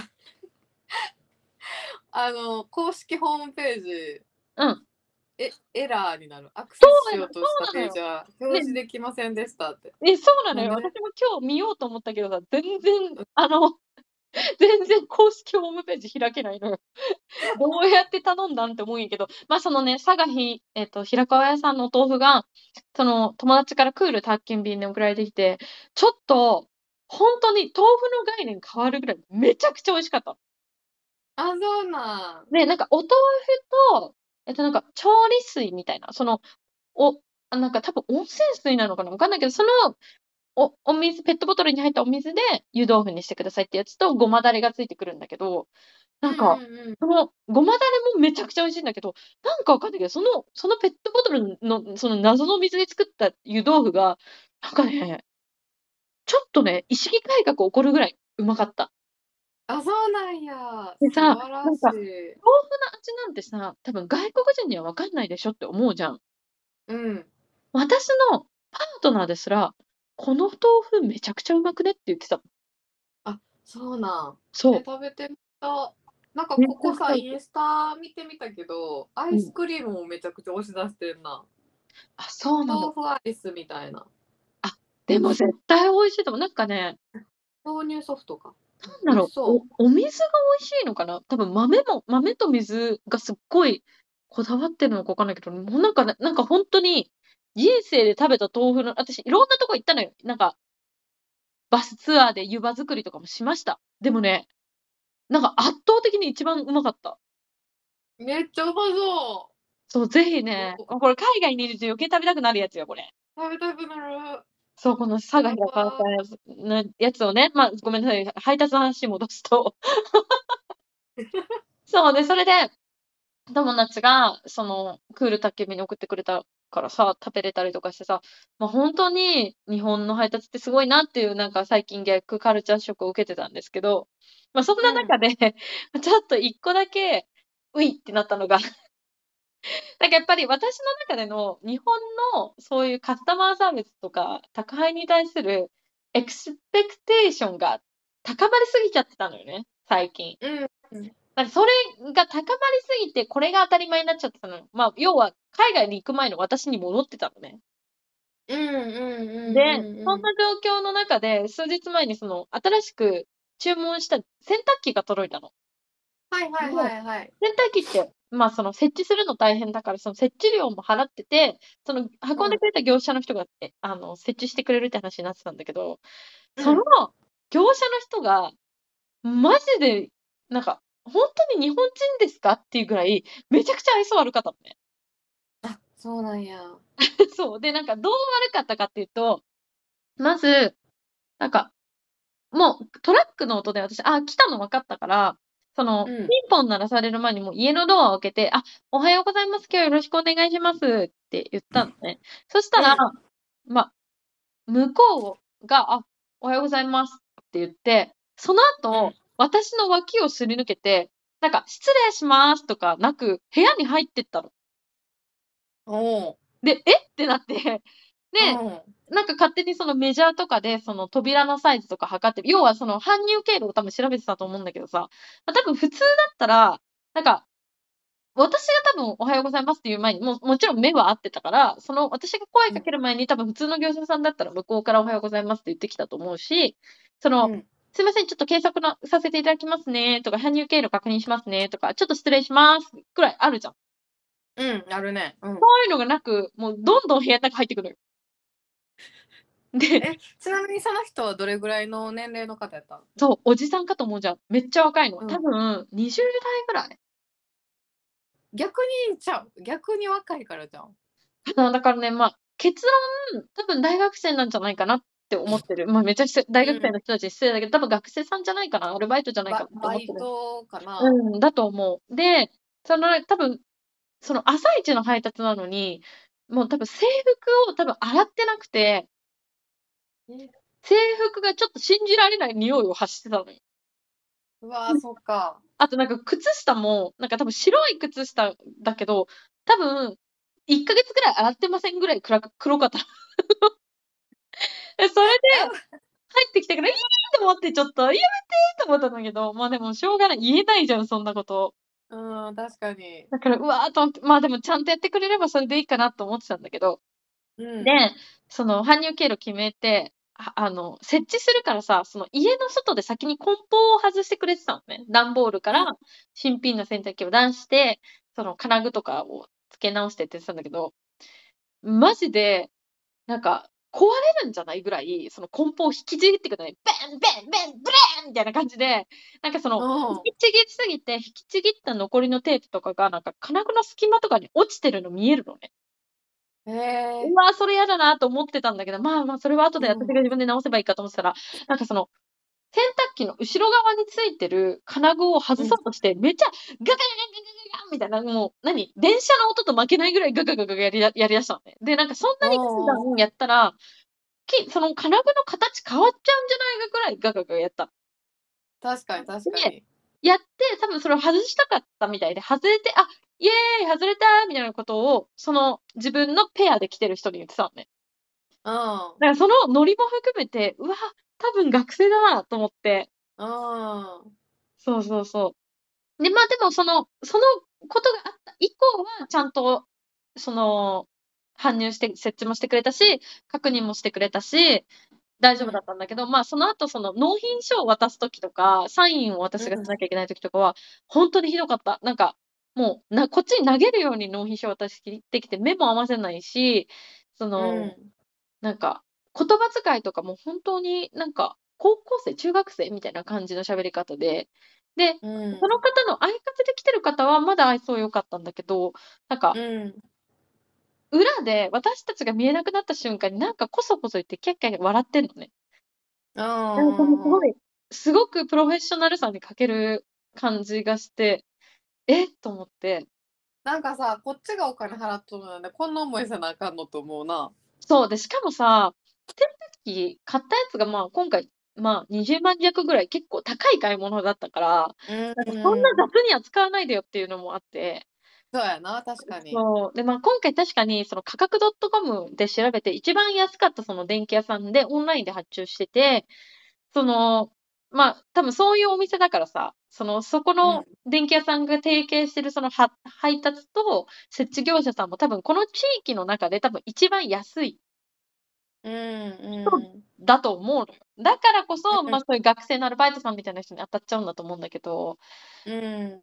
あの、公式ホームページうん。 えエラーになる。アクセスしそうなのそようとしたうなのよ。 ページは表示ね。 できませんでしたって。 え、そうなのよ。 なんで？ 私も今日見ようと思ったけどさ、全然う。 あの、全然公式ホームページ開けないのよ。どうやって頼んだんって思うんやけど、ま、そのね、佐賀ひえっと、平川屋さんのお豆腐が、その友達からクール宅急便で送られてきて、ちょっと、ほんとに豆腐の概念変わるぐらい、めちゃくちゃ美味しかった。 あ、そうなん。 で、なんかお豆腐と、えっとなんか調理水みたいな、その、おあ、なんか多分温泉水なのかな、わかんないけど、その、おお水ペットボトルに入ったお水で湯豆腐にしてくださいってやつと、ごまだれがついてくるんだけど、 うんなんか、 うんうん。 そのごまだれもめちゃくちゃ美味しいんだけど、なんかわかんないけど、そのそのペットボトルのその謎の水で作った湯豆腐が、なんかねちょっとね、意識改革起こるぐらいうまかった。 あ、そうなんや。 でさ、 素晴らなんか、豆腐のしい。 味なんてさ、多分外国人には分かんないでしょって思うじゃん。 うん。 私のパートナーですら、この豆腐めちゃくちゃうまくねって言ってた。 あ、そうなん。え、 そう。 食べてみた。なんかめここさ、 ちゃくちゃインスタ見てみたけど、アうん。 イスクリームもめちゃくちゃ押し出してんな。 あ、そうなの。 豆腐アイスみたいな。 あ、でも絶対美味しいと思う。なんかね豆乳ソフトか。 なんだろう、 美味しそう。 おお水が美味しいのかな。多分豆も豆と水がすっごいこだわってるのか分かんないけど、もうなんかね、なんかほんとに、人生で食べた豆腐の私いろんなとこ行ったのよ。なんかバスツアーで湯葉作りとかもしました。でもね、なんか圧倒的に一番うまかった。 めっちゃうまそう。 そう、ぜひね、 お。 もうこれ海外にいると余計食べたくなるやつよ、これ。 食べたくなる。 そう、この佐賀や平川さば。 んやつのやつをね、ま、ごめんなさい、配達の話に戻すとそうで、それで、友達がそのクール宅急便に送ってくれたからさ、食べれたりとかしてさ、ま、ほんとに日本の配達ってすごいなっていうなんか最近逆カルチャーショックを受けてたんですけど、ま、そんなうん。 中で、ま、ちょっといっこだけ、ういってなったのがなんかやっぱり私の中での日本のそういうカスタマーサービスとか、宅配に対するエクスペクテーションが高まりすぎちゃってたのよね、最近。 うん、うん。 なんかそれが高まりすぎて、これが当たり前になっちゃってたのよ。ま、要は海外に行く前の私に戻ってたのね。 うんうんうんで、 うんうん。 そんな状況の中で、数日前にその新しく注文した洗濯機が届いたの。 はいはいで、 はいはい。 洗濯機って、まあ、その設置するの大変だから、その設置料も払ってて、その運んでうん、 くれた業者の人が、え、あの、設置してくれるって話になってたんだけど、そのうん。 業者の人が、マジで、なんか、ほんとに日本人ですかっていうぐらい、めちゃくちゃ愛想悪かったのね。 あ、そうなんや。 そう。で、なんかどう悪かったかっていうと、まず、なんかもうトラックの音で私、あ、来たの分かったから、その、ピうん、 ンポン鳴らされる前にもう家のドアを開けて、あ、おはようございます。今日よろしくお願いしますって言ったのね。そしたら、 うん、 ま、向こうが、あ、おはようございますって言って、その後、 うん。 私の脇をすり抜けて、なんか失礼しますとかなく、部屋に入ってったの。 おお。 で、えってなって、で、 うん。 なんか勝手にそのメジャーとかで、その扉のサイズとか測って、要はその搬入経路を多分調べてたと思うんだけどさ、ま、多分普通だったら、なんか、私が多分おはようございますって言う前に、ももちろん目は合ってたから、その私が声うん、 かける前に多分普通の業者さんだったら向こうからおはようございますって言ってきたと思うし、その、 うん、 すいません、ちょっと計測のさせていただきますねとか、搬入経路確認しますねとか、ちょっと失礼しますくらいあるじゃん。 うん、あるね。うん。 そういうのがなく、もうどんどん部屋ん中入ってくのよ。で、 え、ちなみにその人はどれぐらいの年齢の方やったの？ そう、おじさんかと思うじゃん。めっちゃ若いの。多うん。 分にじゅう代ぐらい。 逆にちゃう、逆に若いからじゃん。 あ、だからね、まあ、結論、多分大学生なんじゃないかなって思ってる。まあ、めちゃくちゃ大学生うん。 の人たち失礼だけど、多分学生さんじゃないかな、アルバイトじゃないかバなってバイ思ってる。 トかな？ うん、だと思う。で、その多分、その朝一の配達なのに、もう多分制服を多分洗ってなくて、 え、 制服がちょっと信じられない匂いを発してたのよ。 うわ、そっか。 あとなんか靴下も、なんか多分白い靴下だけど、多分いっかげつぐらい洗ってませんぐらいくらく黒かった。え、それであ、 入ってきてから、いいと思ってちょっと、やめてと思ったんだけど、まあでもしょうがない、言えないじゃん、そんなこと。 うん、確かに。 だから、うわと思って、まあでもちゃんとやってくれればそれでいいかなと思ってたんだけど、 うん、 で、その搬入経路決めて、はあの、設置するからさ、その家の外で先に梱包を外してくれてたのね。段ボールからうん、 新品の洗濯機を出して、その金具とかを付け直してって言ってたんだけど、マジで、なんか、壊れるんじゃないぐらい、その梱包を引きちぎってくのね、ベンベンベン、ブレーンみたいな感じで、なんかその、引うん。 きちぎりすぎて、引きちぎった残りのテープとかが、なんか金具の隙間とかに落ちてるの見えるのね。 へえ。 うわ、それ嫌だなと思ってたんだけど、まあまあ、それは後で私うん、 が自分で直せばいいかと思ってたら、なんかその、洗濯機の後ろ側についてる金具を外うん。 そうとして、めっちゃガガガガガガガガみたいな、もう、何、電車の音と負けないぐらいガガガガガやりだやりだしたのね。で、なんかそんなにガンおお。 ガンやったら、きその金具の形変わっちゃうんじゃないかぐらいガガガやったの。 確かに確かで、 に。 やって、多分それを外したかったみたいで、外れて、あ、イエーイ外れたみたいなことを、その自分のペアで来てる人に言ってたのね。 うん、 だからそのノリも含めて、うわ、多分学生だなと思って。 うん、 そうそうそう。で、まあ、でもそのそのことがあった以降は、ちゃんとその、搬入して設置もしてくれたし、確認もしてくれたし、大丈夫だうん、 ったんだけど、まあ、その後その納品書を渡す時とか、サインをうん、 私がしなきゃいけない時とかは、ほんとにひどかった。なんか、もう、なこっちに投げるように納品書を渡してきて、目も合わせないし、そうのん、 なんか、言葉遣いとかも本当になんか、高校生、中学生みたいな感じの喋り方で、で、 うん、 その方の相方で来てる方はまだ愛想良かったんだけど、なんか、 うん、 裏で私たちが見えなくなった瞬間になんかこそこそ言ってキャッキャ笑ってんのね。 うなんかもうすごん、 い、すごくプロフェッショナルさに欠ける感じがして、えっと思って。 なんかさ、こっちがお金払っとるので、こんな思いせなあかんのと思うな。 そう、で、しかもさ、洗濯機買ったやつが、まあ、今回、まあ、にじゅうまん弱ぐらい結構高い買い物だったから、 うなんかそんなん、 雑に扱わないでよっていうのもあって、 そうやな、確かに。 そう、で、まあ、今回確かにその価格 .com で調べて、一番安かったその電気屋さんでオンラインで発注してて、その、まあ、多分そういうお店だからさ、その、そこのうん、 電気屋さんが提携してるそのは配達と設置業者さんも多分この地域の中で多分一番安いうん人うん。 だと思うのよ。だからこそ、ま、 うんそういう学生のアルバイトさんみたいな人に当たっちゃうんだと思うんだけど、 うん。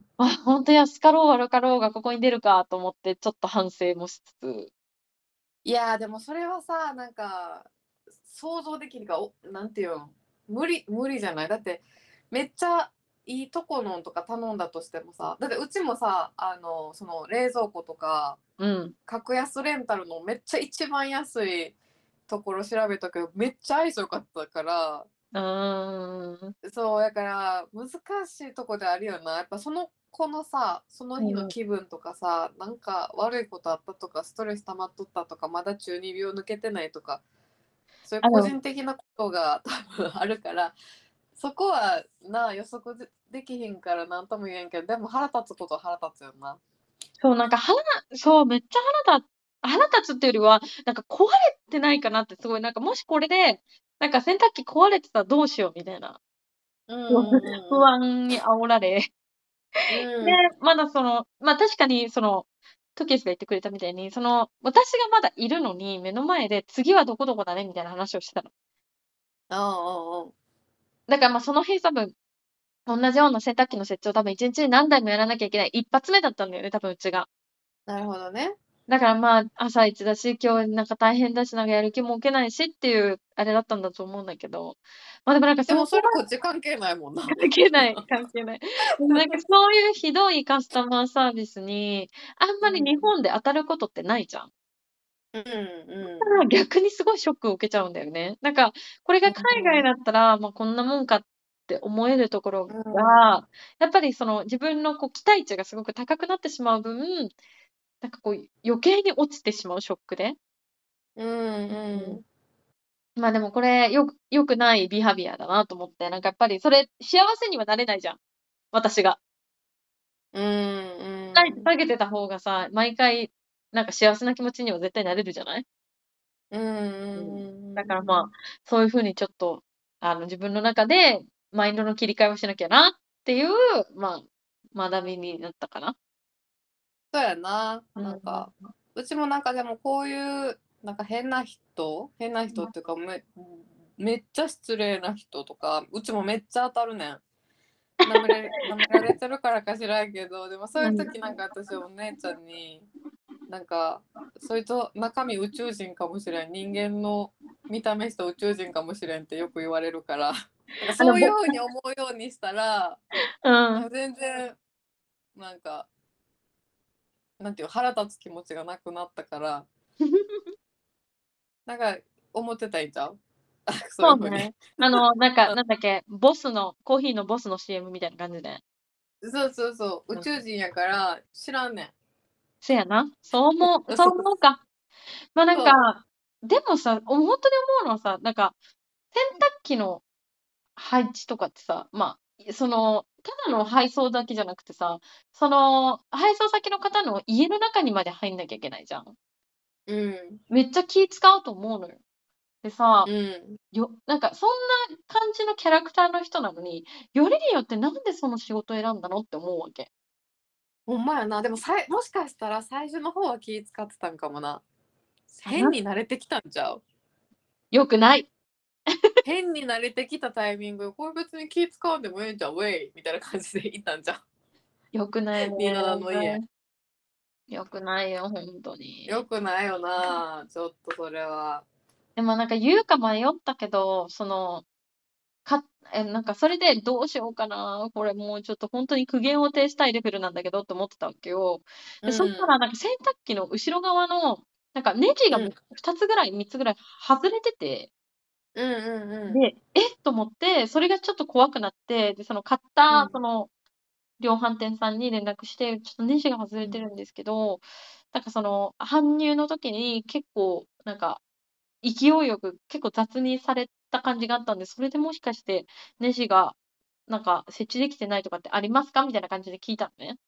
あ、ほんと安かろう悪かろうがここに出るかと思って、ちょっと反省もしつつ。 いや、でもそれはさ、なんか、想像できるか、おなんていうの、無理無理じゃない？だって、めっちゃいいとこのんとか頼んだとしてもさ、だってうちもさ、あの、その冷蔵庫とか、 うん。 格安レンタルのめっちゃ一番安いところ調べたけど、めっちゃ愛想良かったから、 うーん。 そう、だから難しいとこであるよな。やっぱその子のさ、その日のうん。 気分とかさ、なんか悪いことあったとか、ストレス溜まっとったとか、まだ中二病抜けてないとか、そういうあの個人的なことが多分あるから、そこはな、予測でできひんからなんとも言えんけど、でも腹立つことは腹立つよな。 そう、なんか腹そう、めっちゃ腹立腹立つっていうよりは、なんか壊れてないかなってすごいなんかもしこれで、なんか洗濯機壊れてたらどうしようみたいな、 うん不うんうん不安に煽られ、で、 うん。うん。 まだその、ま、確かにその、トキエスが言ってくれたみたいに、その、私がまだいるのに、目の前で次はどこどこだねみたいな話をしてたの。 ああ、ああ、ああ。 だから、ま、その日多分、同じような洗濯機の設置を多分いちにちに何台もやらなきゃいけない一発目だったんだよね、多分うちが。 なるほどね。 だから、まあ、朝一だし、今日なんか大変だし、なんかやる気も起きないしっていうあれだったんだと思うんだけど、ま、でもなんかそこはでもそれこっち関係ないもんな。 関係ない関係ない。でもなんかそういうひどいカスタマーサービスに、あんまり日うん。 本で当たることってないじゃん。 うんうん。 だから逆にすごいショックを受けちゃうんだよね。なんか、これが海外だったら、ま、こんなもんかって思えるところうん。 が、やっぱりその自分のこう期待値がすごく高くなってしまう分、なんかこう余計に落ちてしまうショックで。 うんうん。 うん。 ま、でもこれ、よく良くないビハビアだなと思って、なんかやっぱりそれ、幸せにはなれないじゃん、私が。 うん期待値うん。 下げてた方がさ、毎回なんか幸せな気持ちには絶対なれるじゃない？ うんうんうん。 うんだから、まあ、 うん。 そういう風にちょっと、あの、自分の中でマインドの切り替えをしなきゃなっていう、まあ、学びになったかな。 そうやな。 うん。 なんか、うちもなんかでもこういう、なんか変な人変な人っていうか、めめっちゃ失礼な人とか、うちもめっちゃ当たるねん。なめられ舐められてるからか知らんけど、でもそういううん。 時なんか私お姉ちゃんに、なんか、そいつ中身宇宙人かもしれん、人間の見た目した宇宙人かもしれんってよく言われるから、なんかあの、ぼそういう風に思うようにしたら、 うん。 なんか全然、なんか、なんていう、腹立つ気持ちがなくなったから、なんか思ってたんちゃう？そういう風に。 そうね。あの、なんか、なんだっけ、ボスのコーヒーのボスの シーエム みたいな感じで。 そうそうそう、宇うん。 宙人やから知らんねん。 せやな。そう思うそうそう思うか。ま、なんか、 そう。 でもさ、おほんとに思うのはさ、なんか、洗濯機の配置とかってさ、まあ、その、ただの配送だけじゃなくてさ、その、配送先の方の家の中にまで入んなきゃいけないじゃん。 うん。 めっちゃ気使うと思うのよ。でさ、 うん。 よなんかそんな感じのキャラクターの人なのに、よりによってなんでその仕事を選んだのって思うわけ。 ほんまやな。でもさいもしかしたら最初の方は気使ってたんかもな。 あな変に慣れてきたんちゃう？ 良くない。 変に慣れてきたタイミング、これ別に気使わんでもええんちゃう、ウェイみたいな感じでいたんじゃう？ 良くないね。 ニーナの家。 良くないよ、ほんとに。 よくないよな、ちょっとそれは。 でもなんか言うか迷ったけど、その、かえ、なんかそれでどうしようかな、これもうちょっとほんとに苦言を呈したいレベルなんだけどって思ってたわけよ。で、そしたうん。 らなんか洗濯機の後ろ側の、なんかネジがうん。 もうふたつぐらいみっつぐらい外れてて、 うんうんうん。 で、えっと思って、それがちょっと怖くなって、で、その買っうん。 たその量販店さんに連絡して、ちょっとネジが外うん。 れてるんですけど、なんかその搬入の時に結構なんか勢いよく結構雑にされた感じがあったんで、それでもしかしてネジがなんか設置できてないとかってありますか？みたいな感じで聞いたのね。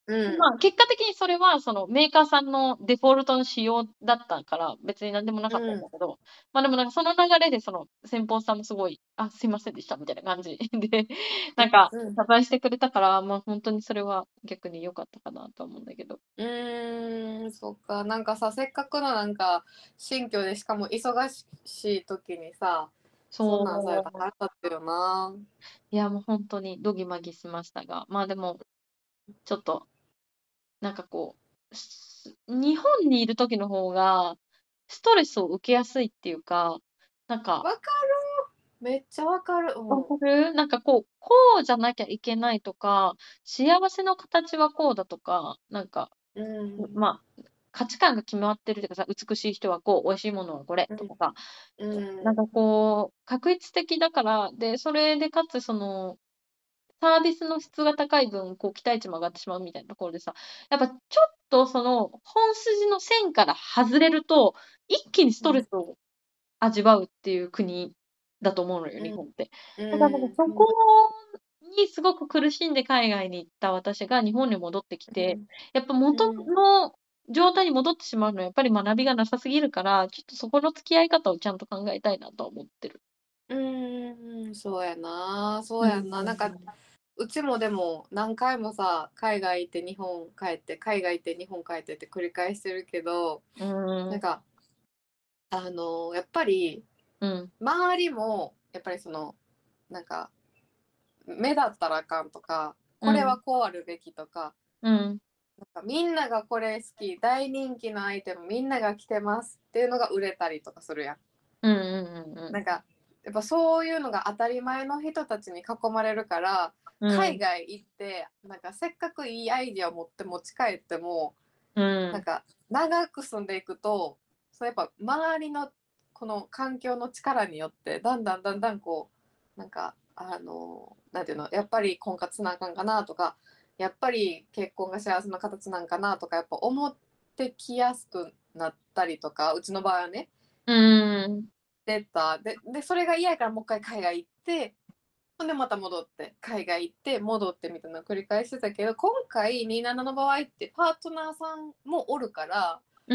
うんまあ、結果的にそれは、そのメーカーさんのデフォルトの仕様だったから、別になんでもなかったんうんだけど、ま、でもなんかその流れでその先方さんもすごい、あ、すいませんでしたみたいな感じで、なんかうん謝罪してくれたから、ま、ほんとにそれは逆に良かったかなとは思うんだけど。 うーん、そっか。なんかさ、せっかくのなんか新居でしかも忙しい時にさ、そんなんされたらそう。 腹立つよな。 いや、もうほんとにドギマギしましたが、まあ、でも、ちょっと、なんかこう、す日本にいる時の方が、ストレスを受けやすいっていうか、なんかわかる。めっちゃわかる。 わうん。 かる？なんかこう、こうじゃなきゃいけないとか、幸せの形はこうだとか、なんか、 ううん。 まあ、価値観が決まってるっていうかさ、美しい人はこう、美味しいものはこれうん。 とかさ、 うなんかん。 こう、画一的だから、で、それでかつその、サービスの質が高い分、こう期待値も上がってしまうみたいなところでさ、やっぱちょっとその、本筋の線から外れると、一気にスうん。 トレスを味わうっていう国だと思うのよ、 うん。 日本って。だからなんかうん。 そこにすごく苦しんで海外に行った私が日本に戻ってきて、やっぱ元うん。 の状態に戻ってしまうのはやっぱり学びがなさすぎるから、ちょっとそこの付き合い方をちゃんと考えたいなとは思ってる。 うん。うん。そうやな。そうんうやんな。なんか、 うんうちもでも何回もさ、海外行って日本帰って、海外行って日本帰ってって繰り返してるけど、 うん。うーん。 なんか、あの、やっぱり、 うん。 周りも、やっぱりその、なんか、目立ったらあかんとか、これはうん。 こうあるべきとか、 うん。 なんかみんながこれ好き、大人気のアイテムみんなが着てますっていうのが売れたりとかするやん。 うんうんうんうん。 なんか、やっぱそういうのが当たり前の人たちに囲まれるから、 うん。 海外行って、なんかせっかくいいアイディアを持って持ち帰っても、 うん。 なんか長く住んでいくと、そうやっぱ周りのこの環境の力によってだんだんだんだんこうなんかあのなんていうのやっぱり婚活なんあかんかなとかやっぱり結婚が幸せな形なんかなとかやっぱ思ってきやすくなったりとかうちの場合はねうーん。 出たででそれが嫌やからもう一回海外行ってほんでまた戻って海外行って戻ってみたいなのを繰り返してたけど今回にじゅうななの場合ってパートナーさんもおるからうん。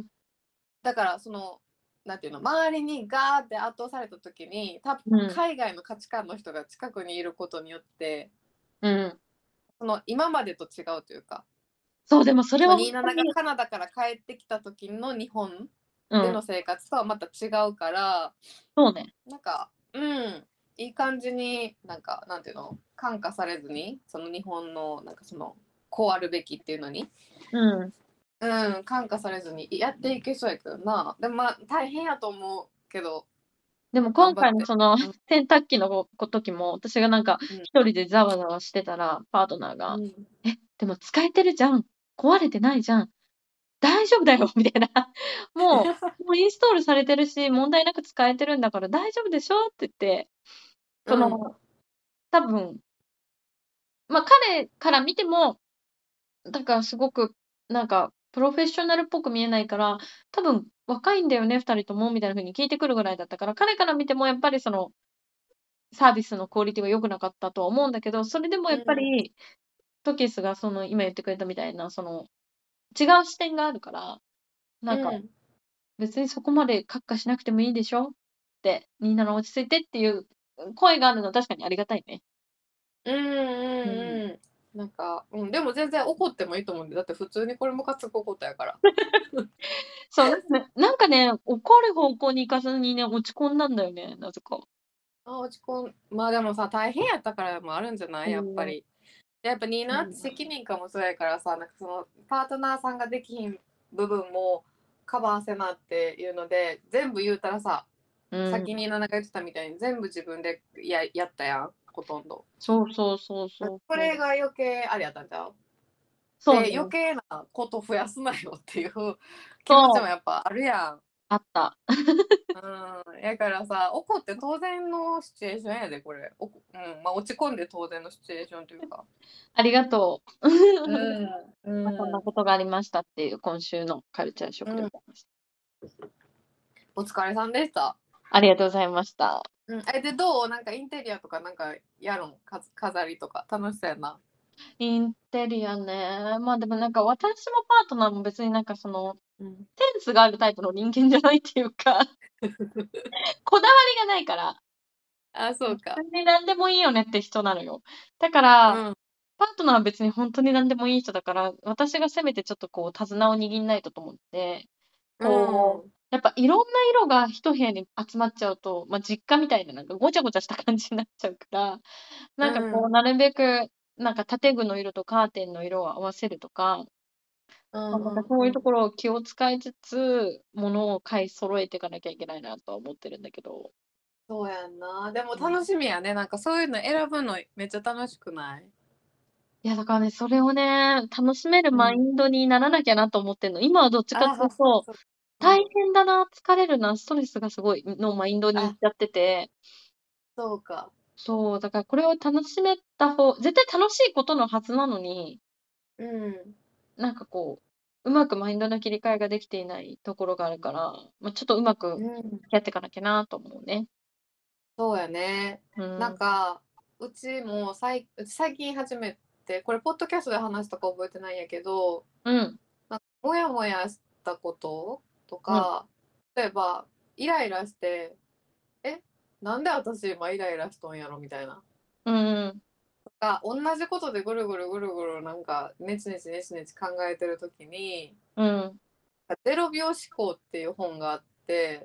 だからそのなんていうの周りにガーって圧倒された時に多分うん。 海外の価値観の人が近くにいることによってうん。 その今までと違うというかそう、でもそれそのはほんとにじゅうなながにカナダから帰ってきた時の日本うん、 での生活とはまた違うからそうね。 なんかうんいい感じになんかなんていうの感化されずにその日本のなんかそのこうあるべきっていうのにうん。 うん感化されずにやっていけそうやけどなでもまあ大変やと思うけどでも今頑張って。 回のそのうん洗濯機のごご時も、私がなんかうん一人でざわざわしてたら、パートナーが、 うん。 「え、でも使えてるじゃん。壊れてないじゃん。大丈夫だよ」みたいな。もうもうインストールされてるし、問題なく使えてるんだから大丈夫でしょって言って、 うん。 その、多分、ま、彼から見てもだからすごく、なんか、プロフェッショナルっぽく見えないから、多分若いんだよね、ふたりともみたいな風に聞いてくるぐらいだったから、彼から見てもやっぱりその、サービスのクオリティは良くなかったとは思うんだけど、それでもやっぱうん。 り、トキスがその今言ってくれたみたいな、その、違う視点があるから、なんか、 うん。 別にそこまでカッカしなくてもいいでしょって、みんなの落ち着いてっていう声があるのは確かにありがたいね。 うんうんうん。 うん。なんか、うん、でも全然怒ってもいいと思うんで、だって普通にこれムカつくことやから。 そう、なんかねなんかね、怒る方向に行かずにね、落ち込んだんだよね、なぜか。 あ、落ち込んまあでもさ、大変やったからもあるんじゃない？やっぱうん。 り。やっぱになってうん。 責任感もそうやからさ、なんかそのパートナーさんができひん部分もカバーせなっていうので、全部言うたらさ、 うん。 先にななが言ってたみたいに全部自分でややったやん、ほとんど。 そうそうそうそうそそう。 れが余計あれやったんちゃう？で、余そうね。 計なこと増やすなよっていう気持ちそう、 もやっぱあるやん。 あった。 うん。やからさ、怒って当然のシチュエーションやで、これ。おこうん、まあ、落ち込んで当然のシチュエーションというか。 ありがとう。 うん、 ま、そんなうん、 ことがありましたっていう今週のカルチャーショックでうん。 ございました。 お疲れさんでした。 ありがとうございました。 うん。え、で、どうなんかインテリアとかなんかやるんか飾りとか。楽しそうやな。 インテリアね。まあ、でもなんか私もパートナーも別になんかその、 うん。 センスがあるタイプの人間じゃないっていうか、こだわりがないから、 あ、そうか。 別に何でもいいよねって人なのよ。だから、 うん。 パートナーは別にほんとに何でもいい人だから、私がせめてちょっとこう手綱を握んないとと思って、 うこう、 ん。 やっぱいろんな色が一部屋に集まっちゃうと、ま、実家みたいななんかごちゃごちゃした感じになっちゃうから、 うなんかこうん。 なるべく、なんか建具の色とカーテンの色を合わせるとか、ま、 うんなんかうんうん。 そういうところを気を使いつつ、物を買い揃えてかなきゃいけないなとは思ってるんだけど。 そうやんな。でもうん。 楽しみやね。なんかそういうの選ぶのめっちゃ楽しくない？ いや、だからね、それをね、楽しめるうん。 マインドにならなきゃなと思ってんの。今はどっちかってああ、 いうと、 そうそう。う大ん。 変だな、疲れるな、ストレスがすごいのマインドに行っあ、 ちゃってて、 そうか。 そう、だからこれを楽しめた方絶対楽しいことのはずなのに、 うん。 なんかこう、うまくマインドの切り替えができていないところがあるから、ま、ちょっとうまくうん。 付き合ってかなきゃなと思うね。 そうやね。なんうん。 か、うちもさいうち最近始めて、これポッドキャストで話したか覚えてないんやけど、 うん、 なんかモヤモヤしたこととうん、 か、例えばイライラして、え、なんで私今イライラしとんやろみたいな。 うんうん、 が、同じことでぐるぐるぐるぐるなんかネチネチネチネチ考えてる時に、 うん。 ゼロ秒思考っていう本があって、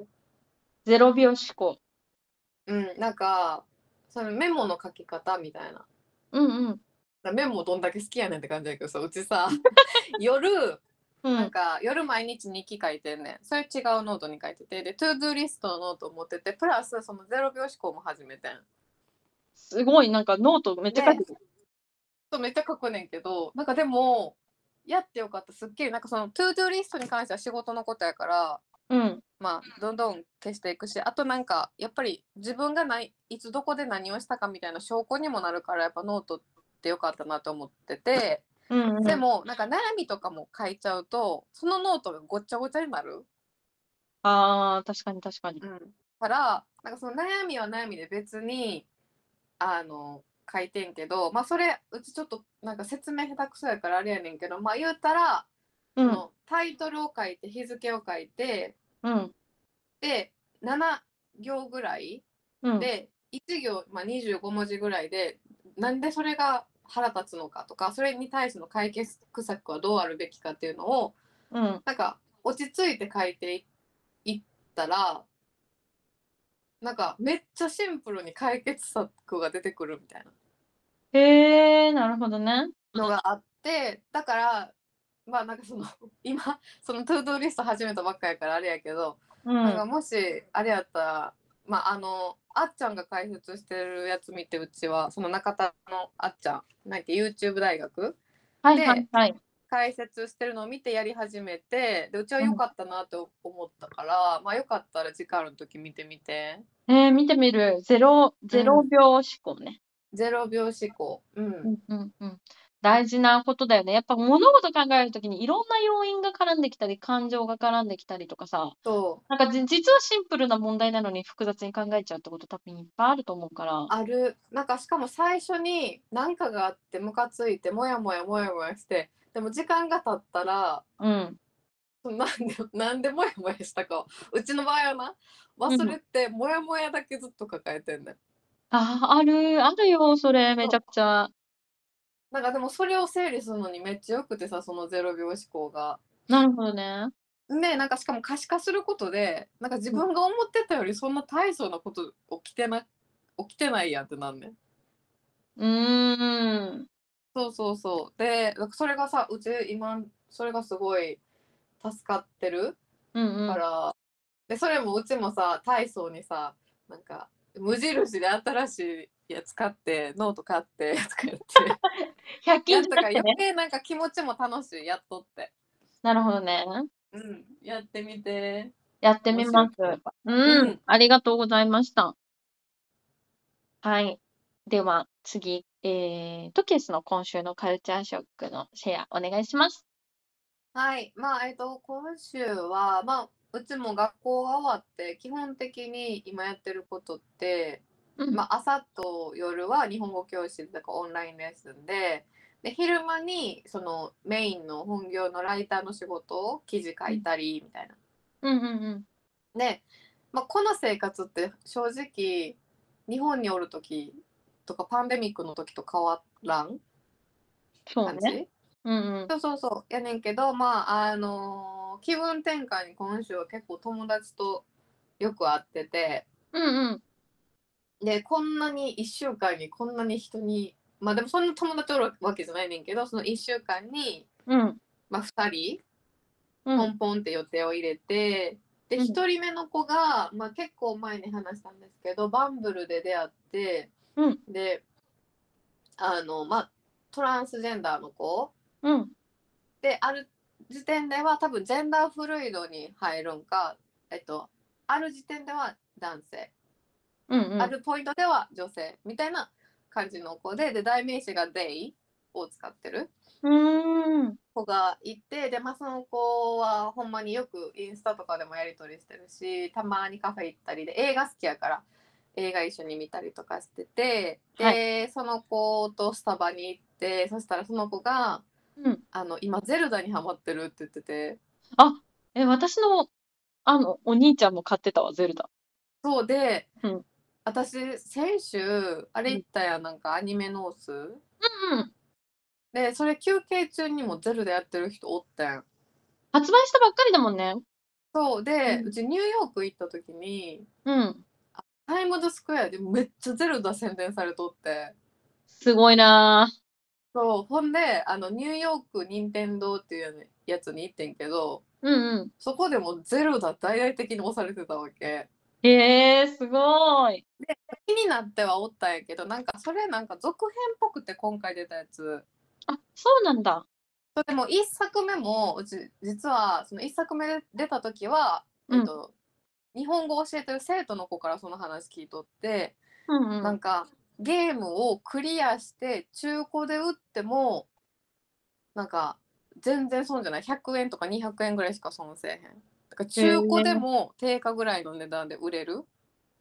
ゼロ秒思考。 うん、なんか、そのメモの書き方みたいな。 うんうん。 メモどんだけ好きやねんって感じだけどさ、うちさ、夜、 うん。 なんか夜毎日日記書いてんねん。それ違うノートに書いてて、で、トゥードゥーリストのノートを持ってて、プラスそのゼロ秒思考も始めてん。 すごいなんかノートめっちゃ書いで、 てる。 そうめっちゃ書くねんけど、なんかでも、やってよかった、すっきり、なんかそのトゥードゥーリストに関しては仕事のことやから、 うん、 まあ、どんどん消していくし、あとなんか、やっぱり自分がない、いつどこで何をしたかみたいな証拠にもなるから、やっぱノートってよかったなと思ってて、 うんうん。 でも、なんか悩みとかも書いちゃうと、そのノートがごっちゃごちゃになる。 ああ、確かに確かに。 うん。から、なんかその悩みは悩みで別に、あの、書いてんけど、まあそれ、うちちょっとなんか説明下手くそやからあれやねんけど、まあ言うたら、 うん、 そのタイトルを書いて日付を書いて、 うん、 で、なな行ぐらいうん、 で、いち行、まあ、にじゅうご文字ぐらいで、なんでそれが腹立つのかとか、それに対しての解決策はどうあるべきかっていうのを、 うん。 なんか落ち着いて書いていったら、なんかめっちゃシンプルに解決策が出てくるみたいなへえ、なるほどね。 のがあって、だから、まあなんかその今そのトゥードゥーリスト始めたばっかやからあれやけど、 うん、 なんかもしあれやったら、まああのあっちゃんが開設してるやつ見て、うちはその中田のあっちゃんなんて YouTube 大学はいはいではい。 解説してるのを見てやり始めて、でうちはうん。 良かったなと思ったから、まあよかったら時間ある時見てみて。 ええ、見てみる。ゼロうん。 ゼロ秒思考ね。 ゼロ秒思考。うん。 うんうんうん。大事なことだよね。やっぱ物事考える時にいろんな要因が絡んできたり、感情が絡んできたりとかさ、 そう。 なんかじ実はシンプルな問題なのに複雑に考えちゃうってこと多分いっぱいあると思うから。 ある。なんかしかも最初に何かがあってムカついてモヤモヤモヤモヤして、でも時間が経ったら、 うん。 そのなんでなんでモヤモヤしたかを、うちの場合はな、 うん。 忘れてモヤモヤだけずっと抱えてんねん。 ああ、ある、あるよ、それめちそう。 ゃくちゃ。 なんかでもそれを整理するのにめっちゃよくてさ、そのゼロ秒思考が。 なるほどね。 で、なんかしかも可視化することで、なんか自うん。 分が思ってたよりそんな大層なこと起きてな起きてないやんってなんねん。 うーん。 そうそうそう。で、それがさ、うち今それがすごい助かってるうんうん。 から、で、それもうちもさ、大層にさ、なんか、無印で新しいやつ買って、ノート買ってとか言って、 ひゃっ均じやったから余ゃなくてね。 計なんか気持ちも楽しい、やっとって。 なるほどね。 うん、やってみて、 やってもみます。 しよければ。 うん、 うん、 ありがとうございました。はい。では、次、えー、トキエスの今週のカルチャーショックのシェアお願いします。 はい。まあ、えっと、今週は、まあ、うちも学校が終わって、基本的に今やってることって、 うん、 まあ、朝と夜は日本語教室だからオンラインレッスンで、 で昼間にそのメインの本業のライターの仕事を記事書いたりみたいな。 うんうんうん。 で、まあ、この生活って正直日本におる時とかパンデミックの時と変わらんそうね。 感じ。 うんうん。 そうそうそうやねんけど、まああの気分転換に今週は結構友達とよく会ってて、 うんうん。 でこんなにいっしゅうかんにこんなに人に、まあでもそんな友達おるわけじゃないねんけど、そのいっしゅうかんに、 うん。 まあ、ふたりうん。 ポンポンって予定を入れて、でうん。 ひとりめの子が、まあ、結構前に話したんですけどバンブルで出会って、 うん。 であのまあトランスジェンダーの子うん。 で、ある時点では多分ジェンダーフルイドに入るんか、えっと、ある時点では男性、 うんうん。 あるポイントでは女性みたいな感じの子で、で代名詞が they を使ってるうーん。 子がいて、で、まあ、その子はほんまによくインスタとかでもやり取りしてるし、たまにカフェ行ったりで、映画好きやから映画一緒に見たりとかしてて、 はい。 でその子とスタバに行って、そしたらその子がうん。 あの今ゼルダにハマってるって言ってて。 あ、え、私の、あの、お兄ちゃんも買ってたわ、ゼルダ。 そうで、 うん。 私先週あれうん。 行ったやん、なんかアニメノースうんうん。 で、それ休憩中にもゼルダやってる人おってん。 発売したばっかりだもんね。 そうで、ううん。 ちニューヨーク行った時に、 うん。 タイムズスクエアでめっちゃゼルダ宣伝されとって、 すごいな。 そう、ほんで、あのニューヨーク任天堂っていうやつに行ってんけど、 うんうん。 そこでもゼルダ大々的に押されてたわけ。 へえ、すごい。 で、気になってはおったんやけど、なんかそれなんか続編っぽくて今回出たやつ。 あ、そうなんだ。 そうでもいっさくめもうち実はそのいっさくめで出た時は、 うん。 えっと、日本語を教えてる生徒の子からその話聞いとって、 うんうん。 なんかゲームをクリアして中古で売ってもなんか全然損じゃない、ひゃくえんとかにひゃくえんぐらいしか損せえへん。だからへ中古でえ。 も定価ぐらいの値段で売れる。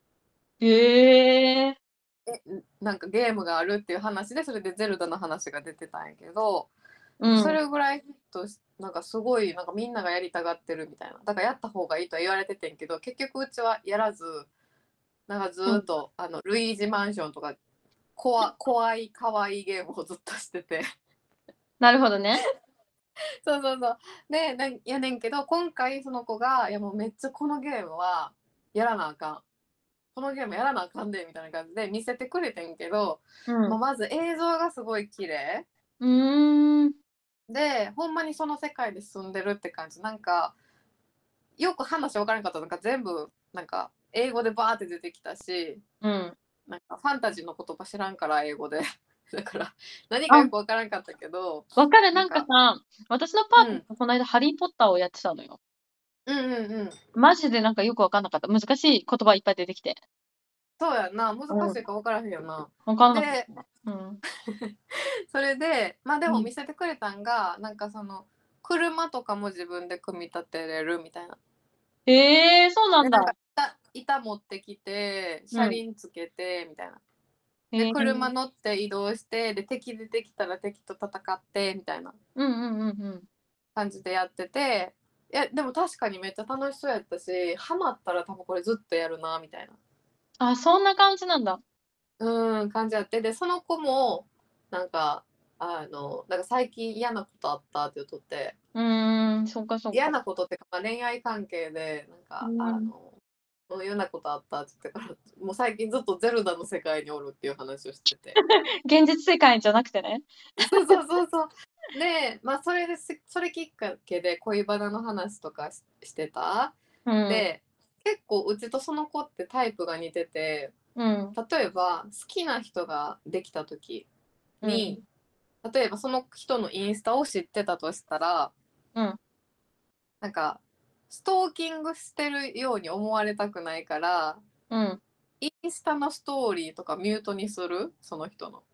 へえ。 えなんかゲームがあるっていう話で、それでゼルダの話が出てたんやけど、なんかそうん。 れぐらいヒットし、なんかすごいなんかみんながやりたがってるみたいな、だからやった方がいいとは言われててんけど、結局うちはやらず、なんかずうん。 っとあのルイージマンションとか怖怖い可愛いゲームをずっとしてて。 なるほどね。 そうそうそう。でなやねんけど、今回その子が「いやもうめっちゃこのゲームはやらなあかん、このゲームやらなあかんで」みたいな感じで見せてくれてんけど、 うん。 まあ、まず映像がすごい綺麗うーん。 で、ほんまにその世界で住んでるって感じ。なんかよく話分からなかった、なんか全部なんか英語でバーって出てきたし、 うん。 なんかファンタジーの言葉知らんから英語でだから何かよあ、 く分からんかったけど、 わかる。なんかさ、 なんか私のパートナーうんがこの間ハリーポッターをやってたのよ。 うんうんうん。 マジでなんかよくわかんなかった。難しい言葉いっぱい出てきて。 そうやんな、難うん。 しいか分からへんよな。 わかんなかっで、 た。うん。 それで、まあでうん。 も見せてくれたんが、なんかその車とかも自分で組み立てれるみたいな。 へえ、そうなで、 んだ。 なんか板板持ってきて、 うん。 車輪つけてみたいな。で、 へえ。 車乗って移動して、で、敵出てきたら敵と戦ってみたいなうんうんうんうん。うん。 感じでやってて、いや、でも確かにめっちゃ楽しそうやったし、ハマったら多分これずっとやるなみたいな、 あ、そんな感じなんだ。 うん、感じやって、で、その子も、なんか、あの、なんか最近嫌なことあったって言っとって、 うーん、そっかそっか。 嫌なことってか、まあ、恋愛関係で、なんか、 うーん。 あの、嫌なことあったって言ってから、もう最近ずっとゼルダの世界におるっていう話をしてて。 現実世界じゃなくてね。 そうそうそうそう。で、まあ、それです、それきっかけで恋バナの話とかししてた。 うん。 で、結構うちとその子ってタイプが似てて、 うん。 例えば好きな人ができた時うん。 に、例えばその人のインスタを知ってたとしたら、 うん。 なんかストーキングしてるように思われたくないから、 うん。 インスタのストーリーとかミュートにする、その人の。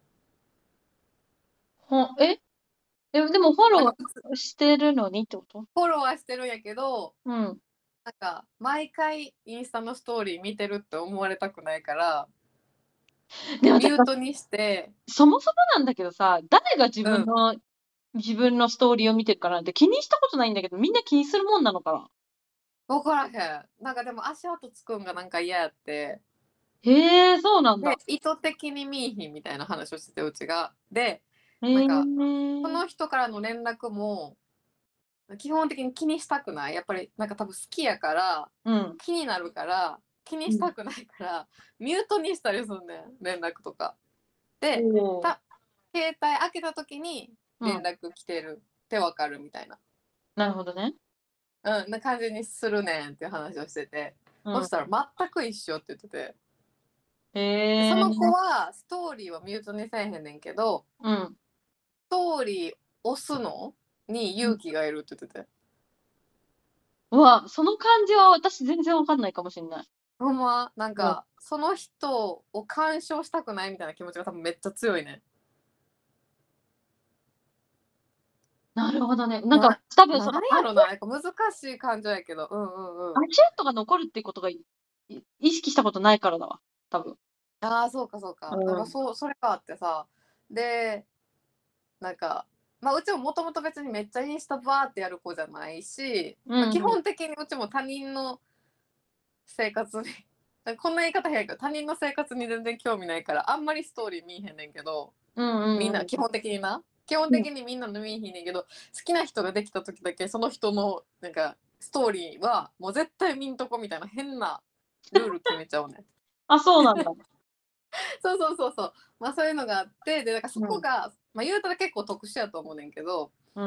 ほえ？え、でもフォロなんか普通ーしてるのにってこと？ フォローはしてるんやけど、 うん。 なんか毎回インスタのストーリー見てるって思われたくないから、 でも、 ミだからュートにして、 そもそもなんだけどさ、誰が自うん。 分の自分のストーリーを見てるかなんて気にしたことないんだけど、みんな気にするもんなのかな？ わからへん。なんかでも足跡つくんがなんか嫌やって、 へえ、そうなんだ。 で、意図的に見いひんみたいな話をしてて、うちが。で、 へなんか、そえ。 の人からの連絡も、基本的に気にしたくない。やっぱりなんか多分好きやから、 うん。 気になるから、気にうん。 したくないから、ミュートにしたりすんねん、連絡とか。 おで、 お。 た携帯開けた時にうん。 連絡来てるってわかるみたいな。 なるほどね。 うん、な感じにするねんっていう話をしてて、 うん。 そしたら全く一緒って言ってて、でへえ。 その子はストーリーはミュートにせえへんねんけど、 うん。 ストーリー押すのにうん。 勇気がいるって言ってて。 うわ、その感じは私全然わかんないかもしんない。 ほんま、なんうん。 か、その人を干渉したくないみたいな気持ちが多分めっちゃ強いね。 なるほどね。なんかな、 多分なんその足やろな、なんか難しい感情やけど、うんうんうん。 足跡が残るっていうことが、い意識したことないからだわ、多分。 ああ、そうかそうか。なんうん。 かそう、それがあってさ、で、なんか、まあ、うちももともと別にめっちゃインスタバーってやる子じゃないし、まあ、基うんうん。 本的にうちも他人の生活にこんな言い方変やけど、他人の生活に全然興味ないから、あんまりストーリー見えへんねんけど、 うんうんうん。 みんな基本的にな、基本うん。 的にみんなの見えへんねんけど、好きな人ができた時だけその人のなんかストーリーはもう絶対見んとこみたいな変なルール決めちゃうねん。 あ、そうなんだ。 そうそうそうそう。まあそういうのがあって、で、なんかそうん。 こが、まあ言うたら結構特殊やと思うねんけど、 うん。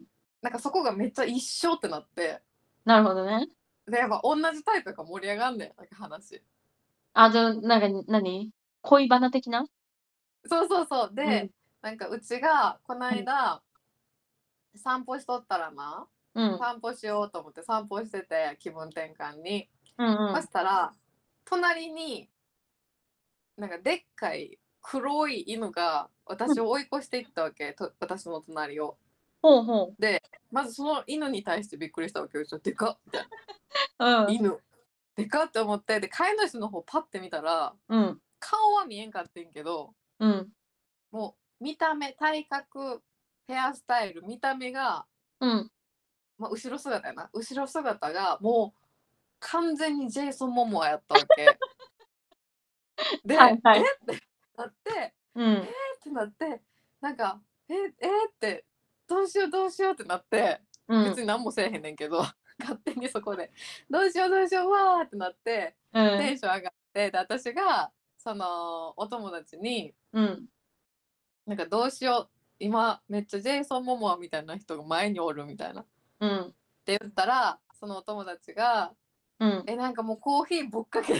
なんかそこがめっちゃ一緒ってなって、 なるほどね。 で、やっぱ同じタイプが盛り上がんねん、なんか話。 あ、じゃあ、なんか、何恋バナ的な？ そうそうそう。 うん。 で、なんかうちがこのうん。 間散歩しとったらな、 うん。 散歩しようと思って散歩してて、気分転換に。そうんうん。 したら、隣になんかでっかい黒い犬がうん。 私を追い越していったわけ、と私の隣を。 ほうほう。 で、まずその犬に対してびっくりしたわけですよ。でかっみたいな。 うん。 犬。でかって思って、で、飼い主の方パッて見たら、 うん。 顔は見えんかってんけど、 うん。 もう見た目、体格、ヘアスタイル、見た目が、 うん。 まあ、後ろ姿やな。後ろ姿がもう完全にジェイソン・モモアやったわけ。で、えっはいはい。 てなって、 うん。 ってなって、なんか、え、えって、どうしようどうしようってなって、 うん。 別に何もせえへんねんけど、勝手にそこで、どうしようどうしよう、わーってなって、 うん。 テンション上がって、で、私が、その、お友達に、 うん。 なんかどうしよう、今、めっちゃジェイソン・モモアみたいな人が前におるみたいな。っうん。 て言ったら、そのお友達が、 うん。 え、なんかもうコーヒーぶっかけ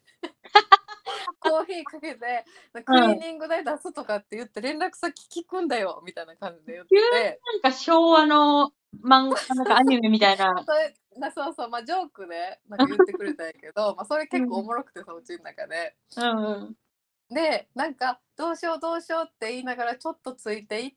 コーヒーかけて、クリーうん。 ニング代出すとかって言って連絡先聞くんだよみたいな感じで言っ急にてて、 なんか昭和の漫画なんかアニメみたいな。 それなそうそう、まあジョークでなんか言ってくれたんやけど、まあそれ結構おうん。 もろくてさ、うちの中で。 うんうん。 で、なんかどうしようどうしようって言いながらちょっとついていって、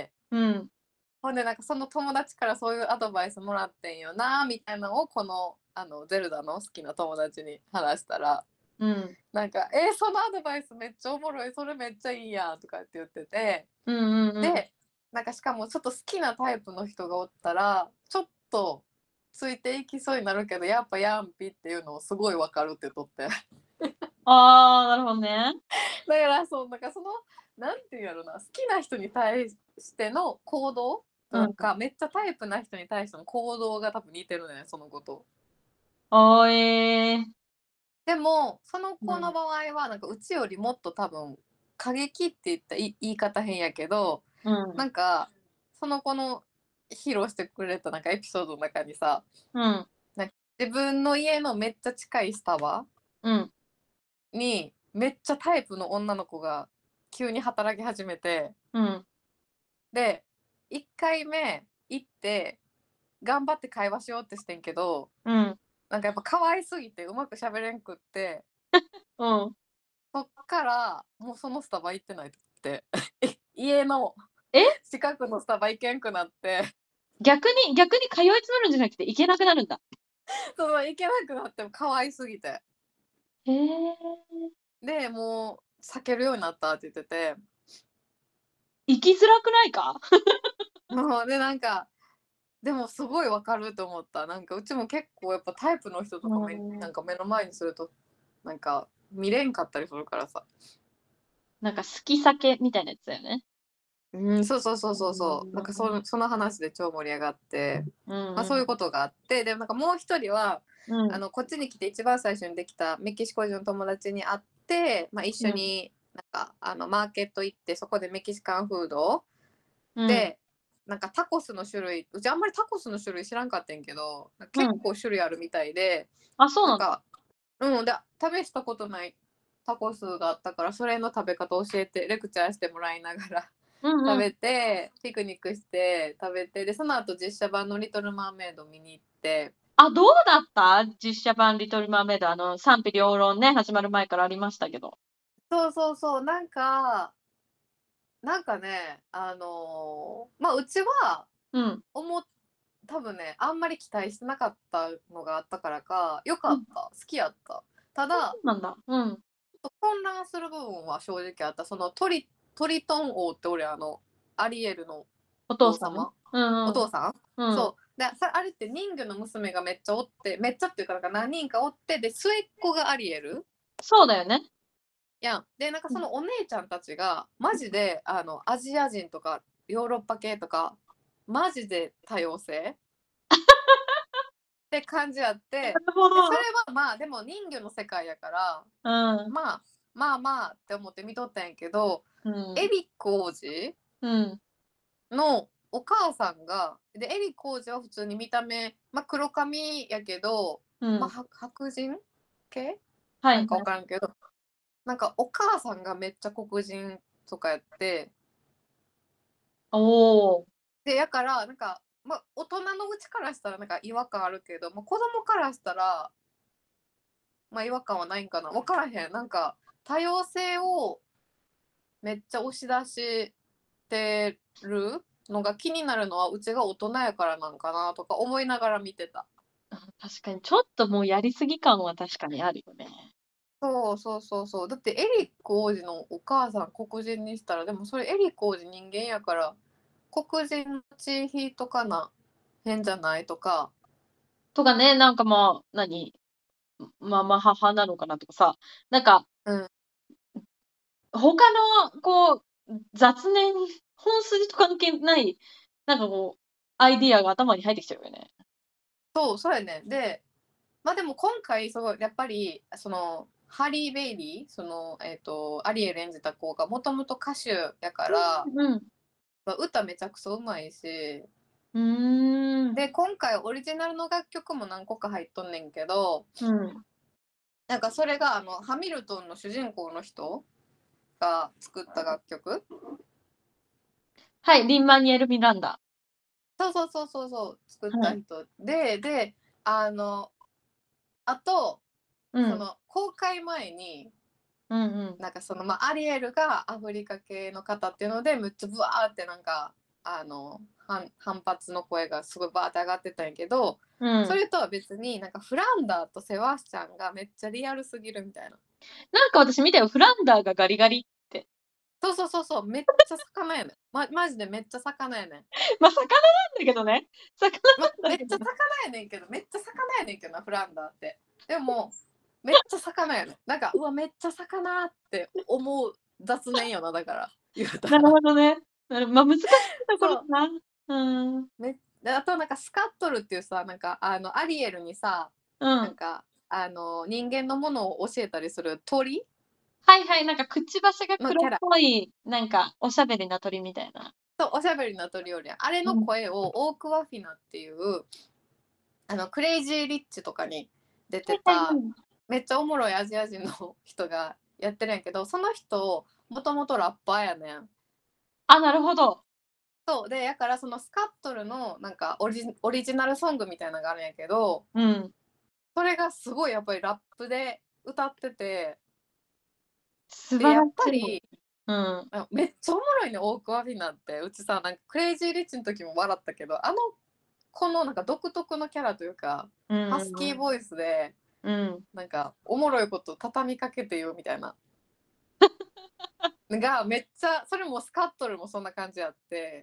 うん。 ほんでなんかその友達からそういうアドバイスもらってんよなみたいなのをこのあのゼルダの好きな友達に話したら、 うん。 なんか「えー、そのアドバイスめっちゃおもろい、それめっちゃいいやん」とかって言ってて、 うんうんうん。 で、なんかしかもちょっと好きなタイプの人がおったら、ちょっとついていきそうになるけど、やっぱヤンピっていうのをすごいわかるって言っとって。 ああ、なるほどね。 だからそう、なんかその、なんていうんやろな、好きな人に対しての行動うん。 とか、めっちゃタイプな人に対しての行動が多分似てるね、その子と。 ああ、ええ。 でも、そのうん。 子の場合は、なんかうちよりもっと多分、過激って言った言い方変やけど、 うん。 なんか、その子の披露してくれたなんかエピソードの中にさ、 うん。 なんか自分の家のめっちゃ近いスタバうん。 にめっちゃタイプの女の子が急に働き始めて、 うん。 で、いっかいめ行って頑張って会話しようってしてんけど、 うん。 なんかやっぱ可愛すぎてうまく喋れんくって、 うん。 そっからもうそのスタバ行ってないって家のえ？ 近くのスタバ行けんくなって、 逆に逆に通い詰めるんじゃなくて行けなくなるんだ。 その行けなくなっても可愛すぎて。 へえ。 で、もう避けるようになったって言ってて、 生きづらくないか？ もうでなんかでもすごいわかると思った。なんかうちも結構やっぱタイプの人とかめうん。 なんか目の前にするとなんか見れんかったりするからさ。 なんか好き避けみたいなやつだよね。 うん、そうそうそううそうそう。なんかそん。 のその話で超盛り上がって、 うんまあ、そういううん。 ことがあって、でもなんかもう一人はうん。 あのこっちに来て一番最初にできたメキシコ人の友達に会って、まあ、一緒うん。 になんかあのマーケット行ってそこでメキシカンフードうん。 でなんかタコスの種類、うちあんまりタコスの種類知らんかったんけどうん。 結構種類あるみたいで、 あ、そうなんだ。 なんかうんで試したことないタコスがあったからそれの食べ方教えてレクチャーしてもらいながらうんうん。 食べてピクニックして食べて、でその後実写版の「リトル・マーメイド」見に行って。 あ、どうだった？実写版リトルマーメイド、あの、賛否両論ね、始まる前からありましたけど。 そうそうそう、なんかなんかねあのーまあうちはうん。 思っ多分ねあんまり期待してなかったのがあったからかよかうん。 った好きやった。たそだうなんだ。うん。 混乱する部分は正直あった。そのトリトリトン王って俺あのアリエルのお父さんね。 王様うんうん。 お父さんうん。 そうでさあれって人魚の娘がめっちゃおってめっちゃっていうかなんか何人かおってで末っ子がアリエルそうだよね。 やん。でなんかうん。 そのお姉ちゃんたちがマジであのアジア人とかヨーロッパ系とかマジで多様性って感じあって、 なるほでそれど。 はまあでも人魚の世界やからうん。 まあまあまあって思って見とったんやけど、 うん。 エリック王子うん。 のお母さんがでエリック王子は普通に見た目、まあ、黒髪やけど、まあ、 うん。 は白人系なんか分はいはい。 からんけどなんかお母さんがめっちゃ黒人とかやっておお。 でやからなんか、まあ、大人のうちからしたらなんか違和感あるけど、まあ、子供からしたら、まあ、違和感はないんかな分からへん。なんか多様性をめっちゃ押し出してるのが気になるのはうちが大人やからなんかなとか思いながら見てた。 あ、確かにちょっともうやりすぎ感は確かにあるよね。 そうそうそうそう。だってエリック王子のお母さん黒人にしたらでもそれエリック王子人間やから黒人の血引いとかな変じゃないとか。 とかね、なんかまあ、何、まま母なのかなとかさ、なんかうん。 他のこう、雑念、本筋と関係ない、なんかこう、アイディアが頭に入ってきちゃうよね。 そうそうやね。でまあでも今回すごいやっぱりそのハリー・ベイリーその、えー、とアリエル演じた子がもともと歌手やから、 うん。 まあ、歌めちゃくちゃうまいしうーん。 で今回オリジナルの楽曲も何個か入っとんねんけどうん。 なんかそれがあのハミルトンの主人公の人が作った楽曲。 はい、リンマニエル・ミランダ。 そうそうそうそうそう作っはい。 た人でであのあとうん。 その公開前にうんうん。 なんかその、まあ、アリエルがアフリカ系の方っていうのでむっちゃブワーってなんかあの反反発の声がすごいバーって上がってたんやけどうん。 それとは別になんかフランダーとセバスチャンがめっちゃリアルすぎるみたいな。 なんか私見たよ、フランダーがガリガリって。 そうそうそうそうめっちゃ魚やねん、ま、マジでめっちゃ魚やねん。 ま、魚なんだけどね。魚ま、 なんだけどね。 めっちゃ魚やねんけどめっちゃ魚やねんけどなフランダーって。でもめっちゃ魚やねん。なんかうわめっちゃ魚って思う雑念よなだから言うたなるら。 ほどね。なるま、難しいところそうだな。うん。 めで、あとなんかスカットルっていうさ、なんかあのアリエルにさ、 うん。 なんかあの人間のものを教えたりする鳥はいはい、なんかくちばしが黒っのキャラぽい、なんかおしゃべりな鳥みたいな。 とおしゃべりな鳥よりあれのうん。 声をオークワフィナっていうあのクレイジーリッチとかに出はてたいはいはい。 めっちゃおもろいアジア人の人がやってるんやけど、その人もともとラッパーやねん。 あ、なるほど。 そうで、やからそのスカットルのなんかオリジオリジナルソングみたいなのがあるんやけど、 うん。 それがすごいやっぱりラップで歌ってて、 素でやっ晴らしい。 ぱりうん。 あめっちゃおもろいねオークワフィナって。うちさなんかクレイジーリッチの時も笑ったけどあのこのなんか独特のキャラというかうんハスうんうん。 キーボイスでうん。 なんかおもろいこと畳みかけてよみたいながめっちゃ、それもスカットルもそんな感じやって、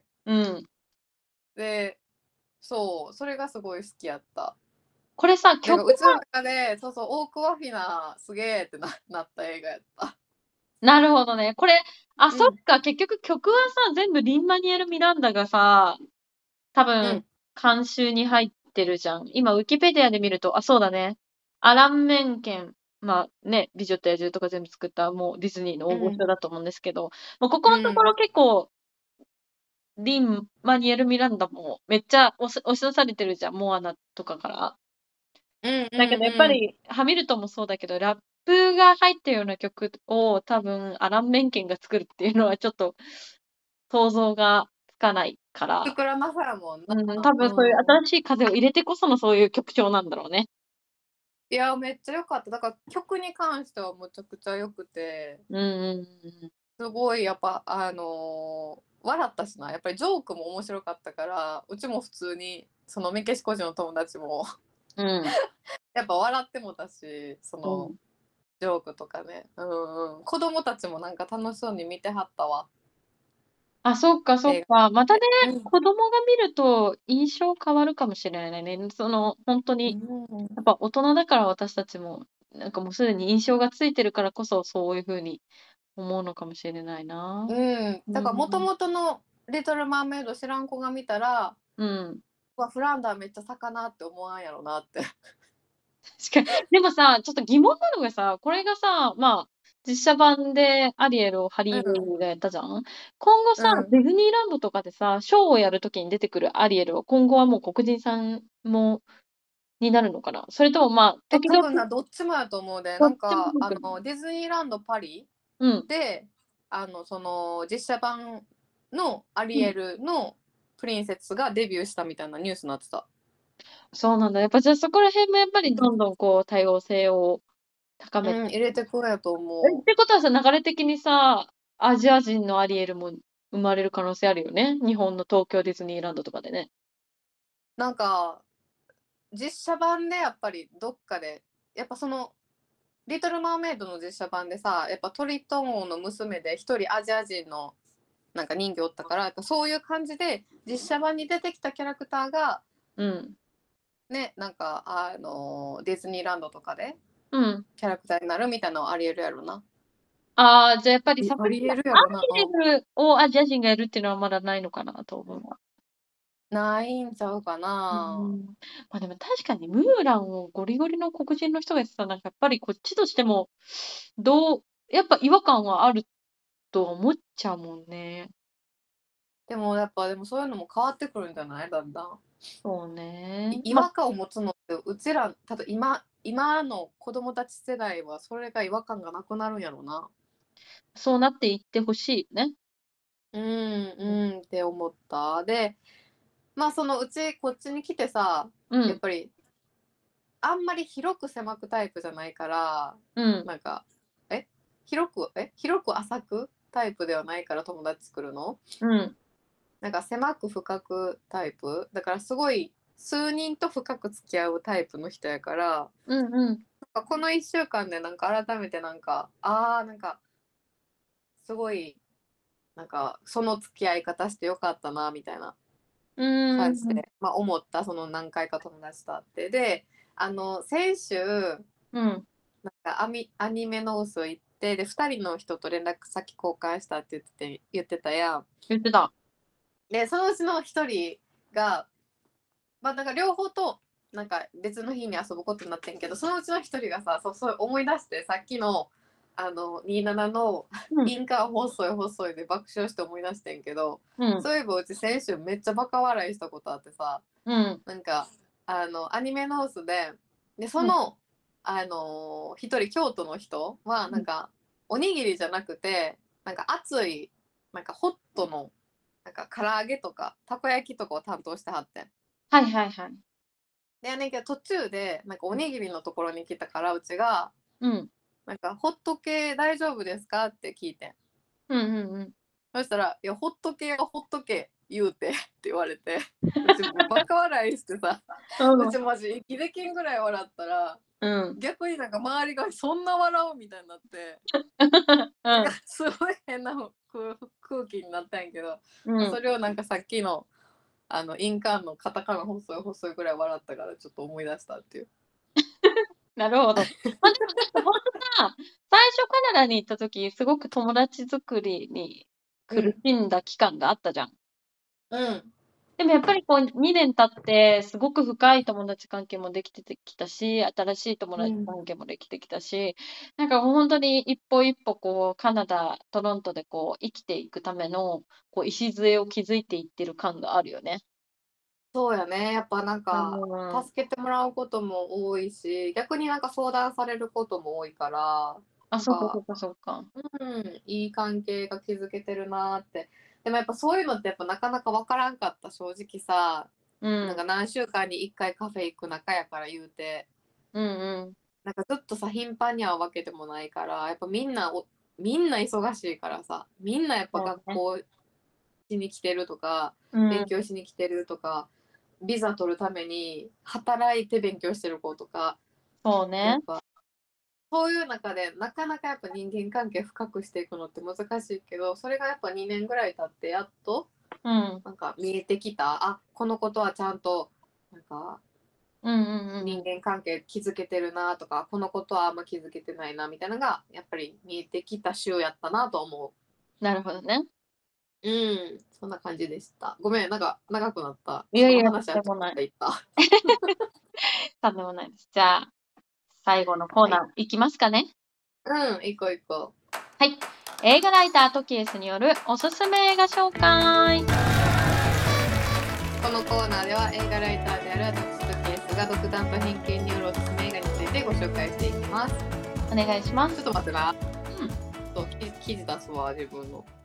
うん。 で、そう、それがすごい好きやった。 これさ、曲だからうちの中で、そうそう、オークワフィナすげえってななった映画やった。 なるほどね。これ、あ、 うん、 そっか、結局曲はさ、全部リンマニュエル・ミランダがさ、多分、 うん、 監修に入ってるじゃん。今、ウィキペディアで見ると、あ、そうだね。アラン・メンケン、まあね、美女と野獣とか全部作ったもうディズニーの大御うん、 所だと思うんですけど、もうここうん、 のところ結構、リン・マニュエル・ミランダもめっちゃ押し押し出されてるじゃん、モアナとかから。 うん、うん、 だけどやっぱうん。 り、ハミルトンもそうだけど、ラップが入ったような曲を多分アラン・メンケンが作るっていうのはちょっと想像がつかないから、 膨らまさやもんな。 うん、多分そういううん。 新しい風を入れてこそのそういう曲調なんだろうね。 いや、めっちゃ良かった。だから曲に関してはむちゃくちゃ良くて、 うんうんうん。 すごいやっぱ、あのー笑ったしな。やっぱりジョークも面白かったから、うちも普通に、そのメキシコ人の友達もうん。 やっぱ笑ってもたし、そのうん。 ジョークとかね。うんうん。子供たちもなんか楽しそうに見てはったわ。 あ、そっかそっ映画か。またね、 で。うん。 子供が見ると印象変わるかもしれないね。その、ほんとに、 うん。 やっぱ大人だから私たちも、なんかもうすでに印象がついてるからこそ、そういう風に思うのかもしれないな。 うん。だからもとうん。 もとのリトル・マーメイド知らん子が見たら、 うん。 うわ、フランダーめっちゃ魚って思わんやろなって。 確かに。でもさ、ちょっと疑問なのがさ、これがさ、まあ、実写版でアリエルをハリー・ベイうん。 リーがやったじゃん。今後さ、 うん。 ディズニーランドとかでさ、ショーをやるときに出てくるアリエルは、今後はもう黒人さんもになるのかな？それとも、まあ、 え、 時々 多分な、どっちもやと思うで、 どっなんか、 ちも出てくるの？ あの、ディズニーランド・パリうん、 で、あの、その、実写版のアリうん。 エルのプリンセスがデビューしたみたいなニュースになってた。 そうなんだ。やっぱじゃあそこら辺もやっぱりどうん。 んどんこう多様性を高めて、 うん、入れてくるやとえ、っ思てことはさ、流れ的にさ、アジア人のアリエルも生まれる可能性あるよね。日本の東京ディズニーランドとかでね。 う。なんか、実写版でやっぱりどっかで、やっぱその、リトル・マーメイドの実写版でさ、やっぱトリトン王の娘で一人アジア人のなんか人魚おったから、やっぱそういう感じで実写版に出てきたキャラクターがうん。 ね、なんかあのディズニーランドとかでうん。 キャラクターになるみたいなのはありえるやろな。 ああ、じゃあやっぱり作品でありえるやアろな。うん。 イドルをアジア人がやるっていうのはまだないのかなと思うわ。 ないんちゃうかうな。 ん。ま、でも確かにムーランをゴリゴリの黒人の人がやってたら、なんかやっぱりこっちとしても、どうやっぱ違和感はあると思っちゃうもんね。 でもやっぱでもそういうのも変わってくるんじゃないだんだん。 そうね。ま、 い違和感を持つのってうちら、ただ今今の子供たち世代はそれが違和感がなくなるんやろうな。 そうなっていって欲しいよね。 うん、 うん。 うんって思った。で、まあそのうちこっちに来てさ、 うん。 やっぱりあんまり広く狭くタイプじゃないから、 うん。 なんか、え広く、え広く浅くタイプではないから友達作るの。 うん。 なんか狭く深くタイプだからすごい数人と深く付き合うタイプの人やから、 うんうん。 なんかこのいっしゅうかんでなんか改めてなんか、あーなんかすごい、なんかその付き合い方してよかったなみたいなうーん。 感じで、まあ、思ったその何回か友達と会って。で、あの先週うん。 なんかアミアニメノース行ってでふたりの人と連絡先交換したって言ってて言ってたやん。 言ってた。 でそのうちのひとりが、まあなんか両方となんか別の日に遊ぶことになってんけど、そのうちのひとりがさ、そうそう思い出してさっきのあのにじゅうななのうん。 インカー細い細いで爆笑して思い出してんけど、 うん。 そういえばうち先週めっちゃバカ笑いしたことあってさ、 うん。 なんかあのアニメノースででそうん。 のあの一人京都の人はうん。 なんかおにぎりじゃなくてなんか熱いなんかホットのなんか唐揚げとかたこ焼きとかを担当してはってん。 はいはいはい。 でやねんけど途中でなんかおうん。 にぎりのところに来たからうちがうん。 なんかホット系大丈夫ですかって聞いてん。 うんうんうん。 そしたらいやホット系はホット系言うてって言われて、うちもうバカ笑いしてさ、うちマジ息できんぐらい笑ったら、 うん。 逆になんか周りがそんな笑うみたいになって、 うん。 すごい変な空空気になったんやけど、 うん。 それをなんかさっきのあの印鑑のカタカナ細い細いぐらい笑ったからちょっと思い出したっていう。 なるほど。ま、でも、ほんとさ、最初カナダに行った時、すごく友達作りに苦うん。 しんだ期間があったじゃん。 うん。 でもやっぱりこうにねん経って、すごく深い友達関係もできててきたし、新しい友達うん。 関係もできてきたし、なんかほんとに一歩一歩こうカナダ、トロントでこう生きていくための、こう礎を築いていってる感があるよね。 そうやね、やっぱなんうかーん。 助けてもらうことも多いし、逆になんか相談されることも多いから、 あ、 なんか、 そっかそっかそっか。 うん、いい関係が築けてるなって。でもやっぱそういうのってやっぱなかなかわからんかった、正直さ。 うん。 なんか何週間にいっかいカフェ行く仲やから言うて、 うんうん。 なんかずっとさ、頻繁に会うわけでもないから、やっぱみんなおみんな忙しいからさ、みんなやっぱそうね。 学校しに来てるとか、 うん。 勉強しに来てるとか、ビザ取るために働いて勉強してる子とか、 そうね。 やっぱそういう中でなかなかやっぱ人間関係深くしていくのって難しいけど、それがやっぱにねんぐらい経ってやっとうん。 なんか見えてきた、あ、このことはちゃんとなんかうんうんうんうん。 人間関係築けてるなとか、このことはあんま築けてないなみたいなのがやっぱり見えてきた週やったなと思なるほどね。 う。うん、そんな感じでした。ごめん、なんか長くなった。このいやいや、とん話はちょっでもない。 といった。 とんでもないです。じゃあ、最後のコーはい。 ナーいきますかね。 うん、行こう行こう。 はい。映画ライタートキエスによるおすすめ映画紹介。 このコーナーでは映画ライターである私とケースが独断と偏見によるおすすめ映画についてご紹介していきます。 お願いしまちょっす。 と待ってな。 うん。 そう記記事出すわ、自分の。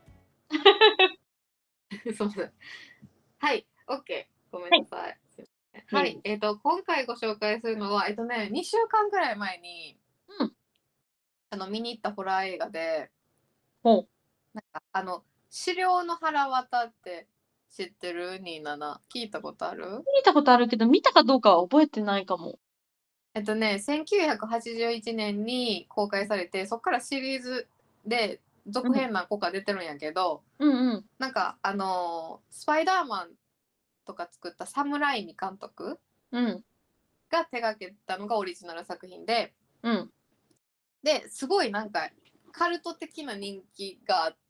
すいません。はい、OK。ごめんはい。 なさい。すいません。 いえいえ。 はい、えっ、と、今回ご紹介するのは、えっ、とね、にしゅうかんぐらい前にうん。 あの見に行ったホラー映画で、 ほう。 なんかあの、資料の腹渡って知ってるニーナナ。聞いたことある？ 見たことあるけど、見たかどうかは覚えてないかも。 えっとね、せんきゅうひゃくはちじゅういちねんに公開されて、そっからシリーズでうん。 続編何個か出てるんやけど、 うんうん。 なんかあのースパイダーマンとか作ったサムライミ監督うん。 が手掛けたのがオリジナル作品で、 うん。 で、すごいなんかカルト的な人気があって、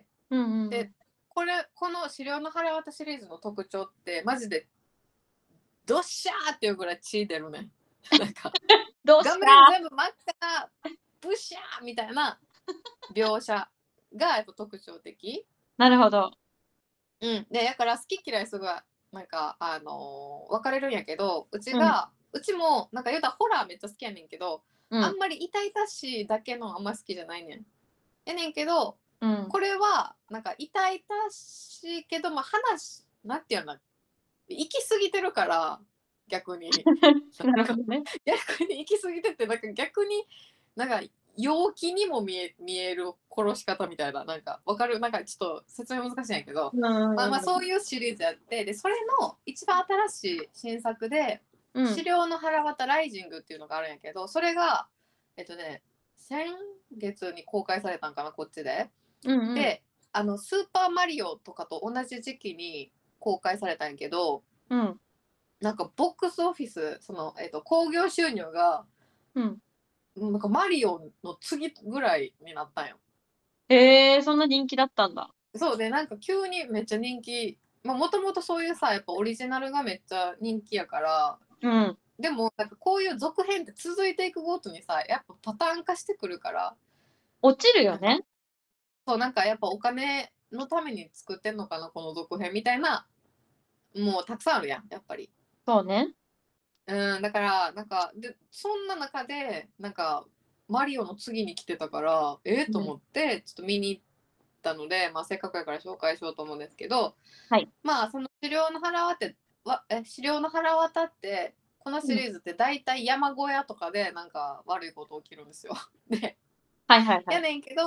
うんうんうで、 ん。 これ、この資料の腹渡シリーズの特徴って、マジでドッシャーっていうぐらい血出るね。なんか、 どうし画面た？ 全部真っ赤、ブシャーみたいな描写がやっぱ特徴的。 なるほど。 うん。で、だから好き嫌いすごい、なんか、あのー分かれるんやけど、うちうん。 が、うちも、なんか言うたらホラーめっちゃ好きやねんけど、 うん。 あんまり痛々しいだけのあんま好きじゃないねん。やねんけど、 うん。 これは、なんか痛々しいけど、まあ話、なんていうの、行き過ぎてるから、逆に。 なるほどね。 逆に行き過ぎてて、なんか逆に、なんか陽気にも見え見える殺し方みたいな、なんかわかる、なんかちょっと説明難しいんやけど、 うんまあまあうんうん。 そういうシリーズやって、で、それの一番新しい新作で、 うん。 資料の腹渡ライジングっていうのがあるんやけど、それが、えっとね、先月に公開されたんかな、こっちで。 うんうん。 で、あの、スーパーマリオとかと同じ時期に公開されたんやけど、 うん。 なんかボックスオフィス、その、えっと、興行収入が、 うん。 なんかマリオの次ぐらいになったんよ。 へえ、そんな人気だったんだ。 そうで、なんか急にめっちゃ人気、まあ、もともとそういうさ、やっぱオリジナルがめっちゃ人気やから、 うん。 でも、なんかこういう続編って続いていくごとにさ、やっぱパターン化してくるから、 落ちるよなんか、 ね。 そう、なんかやっぱお金のために作ってんのかな、この続編みたいな、もうたくさんあるやん、やっぱり。 そうね。 うん、だから、なんか、で、そんな中で、なんか、マリオの次に来てたから、ええとうん。 思って、ちょっと見に行ったので、まあ、せっかくやから紹介しようと思うんですけど、 はい。 まあ、その資料の腹渡って、わえ資料の腹渡って、このうん。 シリーズって大体山小屋とかでなんか悪いこと起きるんですよ。で、やはいはいはい。 ねんけど、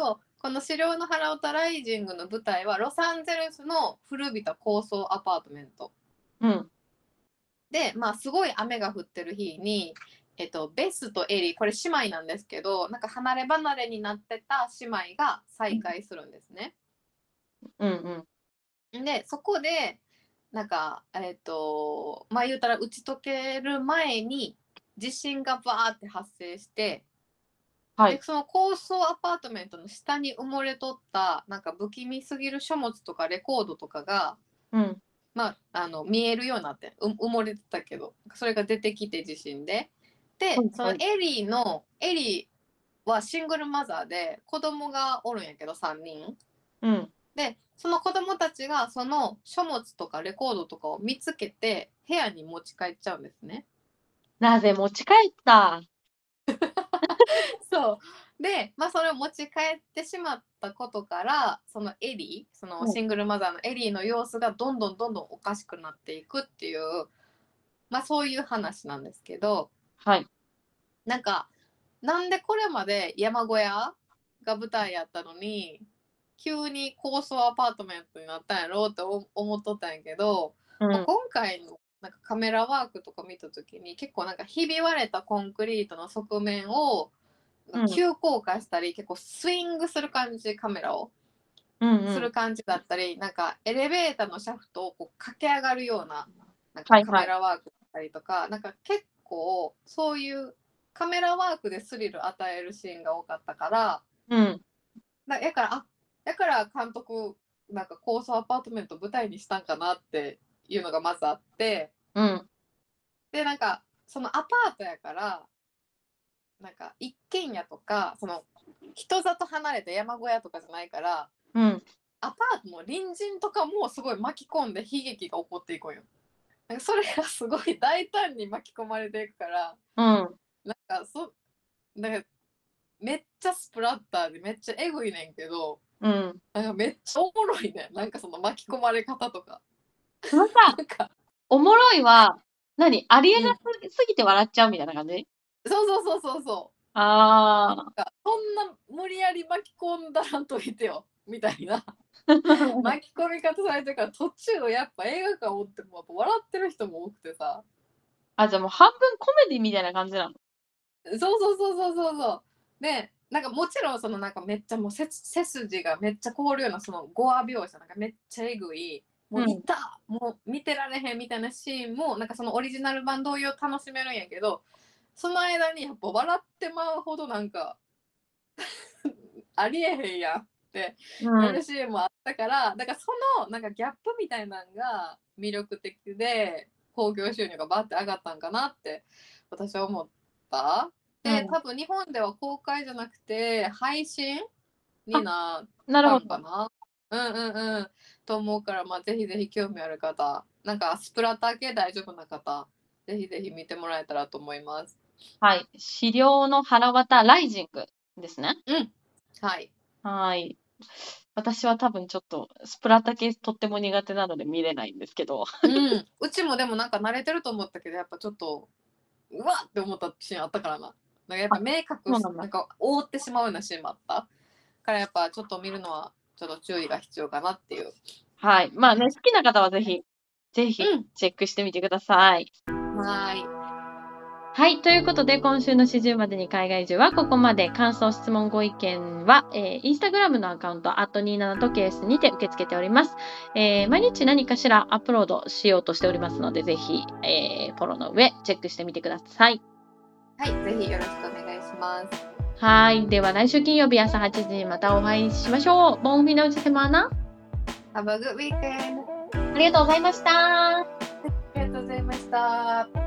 この資料の腹渡ライジングの舞台はロサンゼルスの古びた高層アパートメントうん。 で、まあすごい雨が降ってる日に、えっと、ベスとエリー、これ姉妹なんですけど、なんか離れ離れになってた姉妹が再会するんですね。 うんうん。 でそこでなんかえっとまあ言うたら打ち解ける前に地震がバーって発生して、 はい。 でその高層アパートメントの下に埋もれとったなんか不気味すぎる書物とかレコードとかが、 うん。 まあ、あの見えるようになってう埋もれてたけど、それが出てきて地震で。でそのはい。 エリーのエリーはシングルマザーで子供がおるんやけどさんにん。 うん。 でその子供たちがその書物とかレコードとかを見つけて部屋に持ち帰っちゃうんですね。 なぜ持ち帰った？ そうで、まあ、それを持ち帰ってしまったことからそのエリーそのシングルマザーのエリーの様子がどんどんどんどんおかしくなっていくっていう、まあ、そういう話なんですけど、 はい。 なんかなんでこれまで山小屋が舞台やったのに急に高層アパートメントになったんやろうって思っとったんやけど、 うん。 まあ、今回のなんかカメラワークとか見た時に結構なんかひび割れたコンクリートの側面をうん。 急降下したり、結構スイングする感じ、カメラをうんうん。 する感じだったり、なんかエレベーターのシャフトをこう駆け上がるようななんかカはいはい。 メラワークだったりとか、なんか結構そういうカメラワークでスリル与えるシーンが多かったから、 うん。 だやからあやから監督なんか高層アパートメント舞台にしたんかなっていうのがまずあって、 うん。 でなんかそのアパートやからなんか一軒家とかその人里離れた山小屋とかじゃないから、 うん。 アパートの隣人とかもすごい巻き込んで悲劇が起こっていくんよ。なんかそれがすごい大胆に巻き込まれていくから、 うん。 なんかそなんかめっちゃスプラッターでめっちゃエグいねんけど、 うん。 なんかめっちゃおもろいねん。なんかその巻き込まれ方とか。 そのさ、 なんかおもろいは、何ありえうんなすすぎて笑っちゃうみたいな感じ？ そうそうそうそうそう。 あなんかそんな無理やり巻き込んだらんといてよみたいなあ。 巻き込み方されてるから、途中やっぱ映画館おってもやっぱ笑ってる人も多くてさ。 あ、じゃあもう半分コメディみたいな感じなの？ そうそうそうそうそうそう。で、なんかもちろんそのなんかめっちゃもう背背筋がめっちゃ凍るようなそのゴア描写なんかめっちゃえぐい、もういた、もう見てられへんみたいなシーンもなんかそのオリジナル版同様楽しめるんやけど、その間にやっぱ笑ってまうほどなんかありえへんやんってうん。 なるシーンもあったから、だからそのなんかギャップみたいなのが魅力的で興行収入がバッて上がったんかなって私は思った。で、 うん。 多分日本では公開じゃなくて配信にあ、 なっなるほど。 たんかな。うんうんうんと思うから、まあぜひぜひ興味ある方、なんかスプラッター系大丈夫な方、ぜひぜひ見てもらえたらと思います。 はい。資料の腹渡ライジングですね。 うん。はい。 はい。私は多分ちょっとスプラタ系とっても苦手なので見れないんですけど。 うん。うちもでもなんか慣れてると思ったけど、やっぱちょっとうわっって思ったシーンあったからな。なんかやっぱ目隠し、 そうなんだ。 なんか覆ってしまうようなシーンもあったからやっぱちょっと見るのはちょっと注意が必要かなっていう。 はい。まあね、好きな方はぜひ、ぜひうん。 チェックしてみてください。 はーい。 はい。ということで、今週のしじゅうまでに海外移住はここまで。感想、質問、ご意見は、えー、インスタグラムのアカウント、アットにじゅうななとケースにて受け付けております。えー、毎日何かしらアップロードしようとしておりますので、ぜひ、えー、フォローの上、チェックしてみてください。 はい。ぜひよろしくお願いします。 はい。では、来週金曜日朝はちじにまたお会いしましょう。ボンフィナウチセマーナ。 Have a good weekend. ありがとうございました。 ありがとうございました。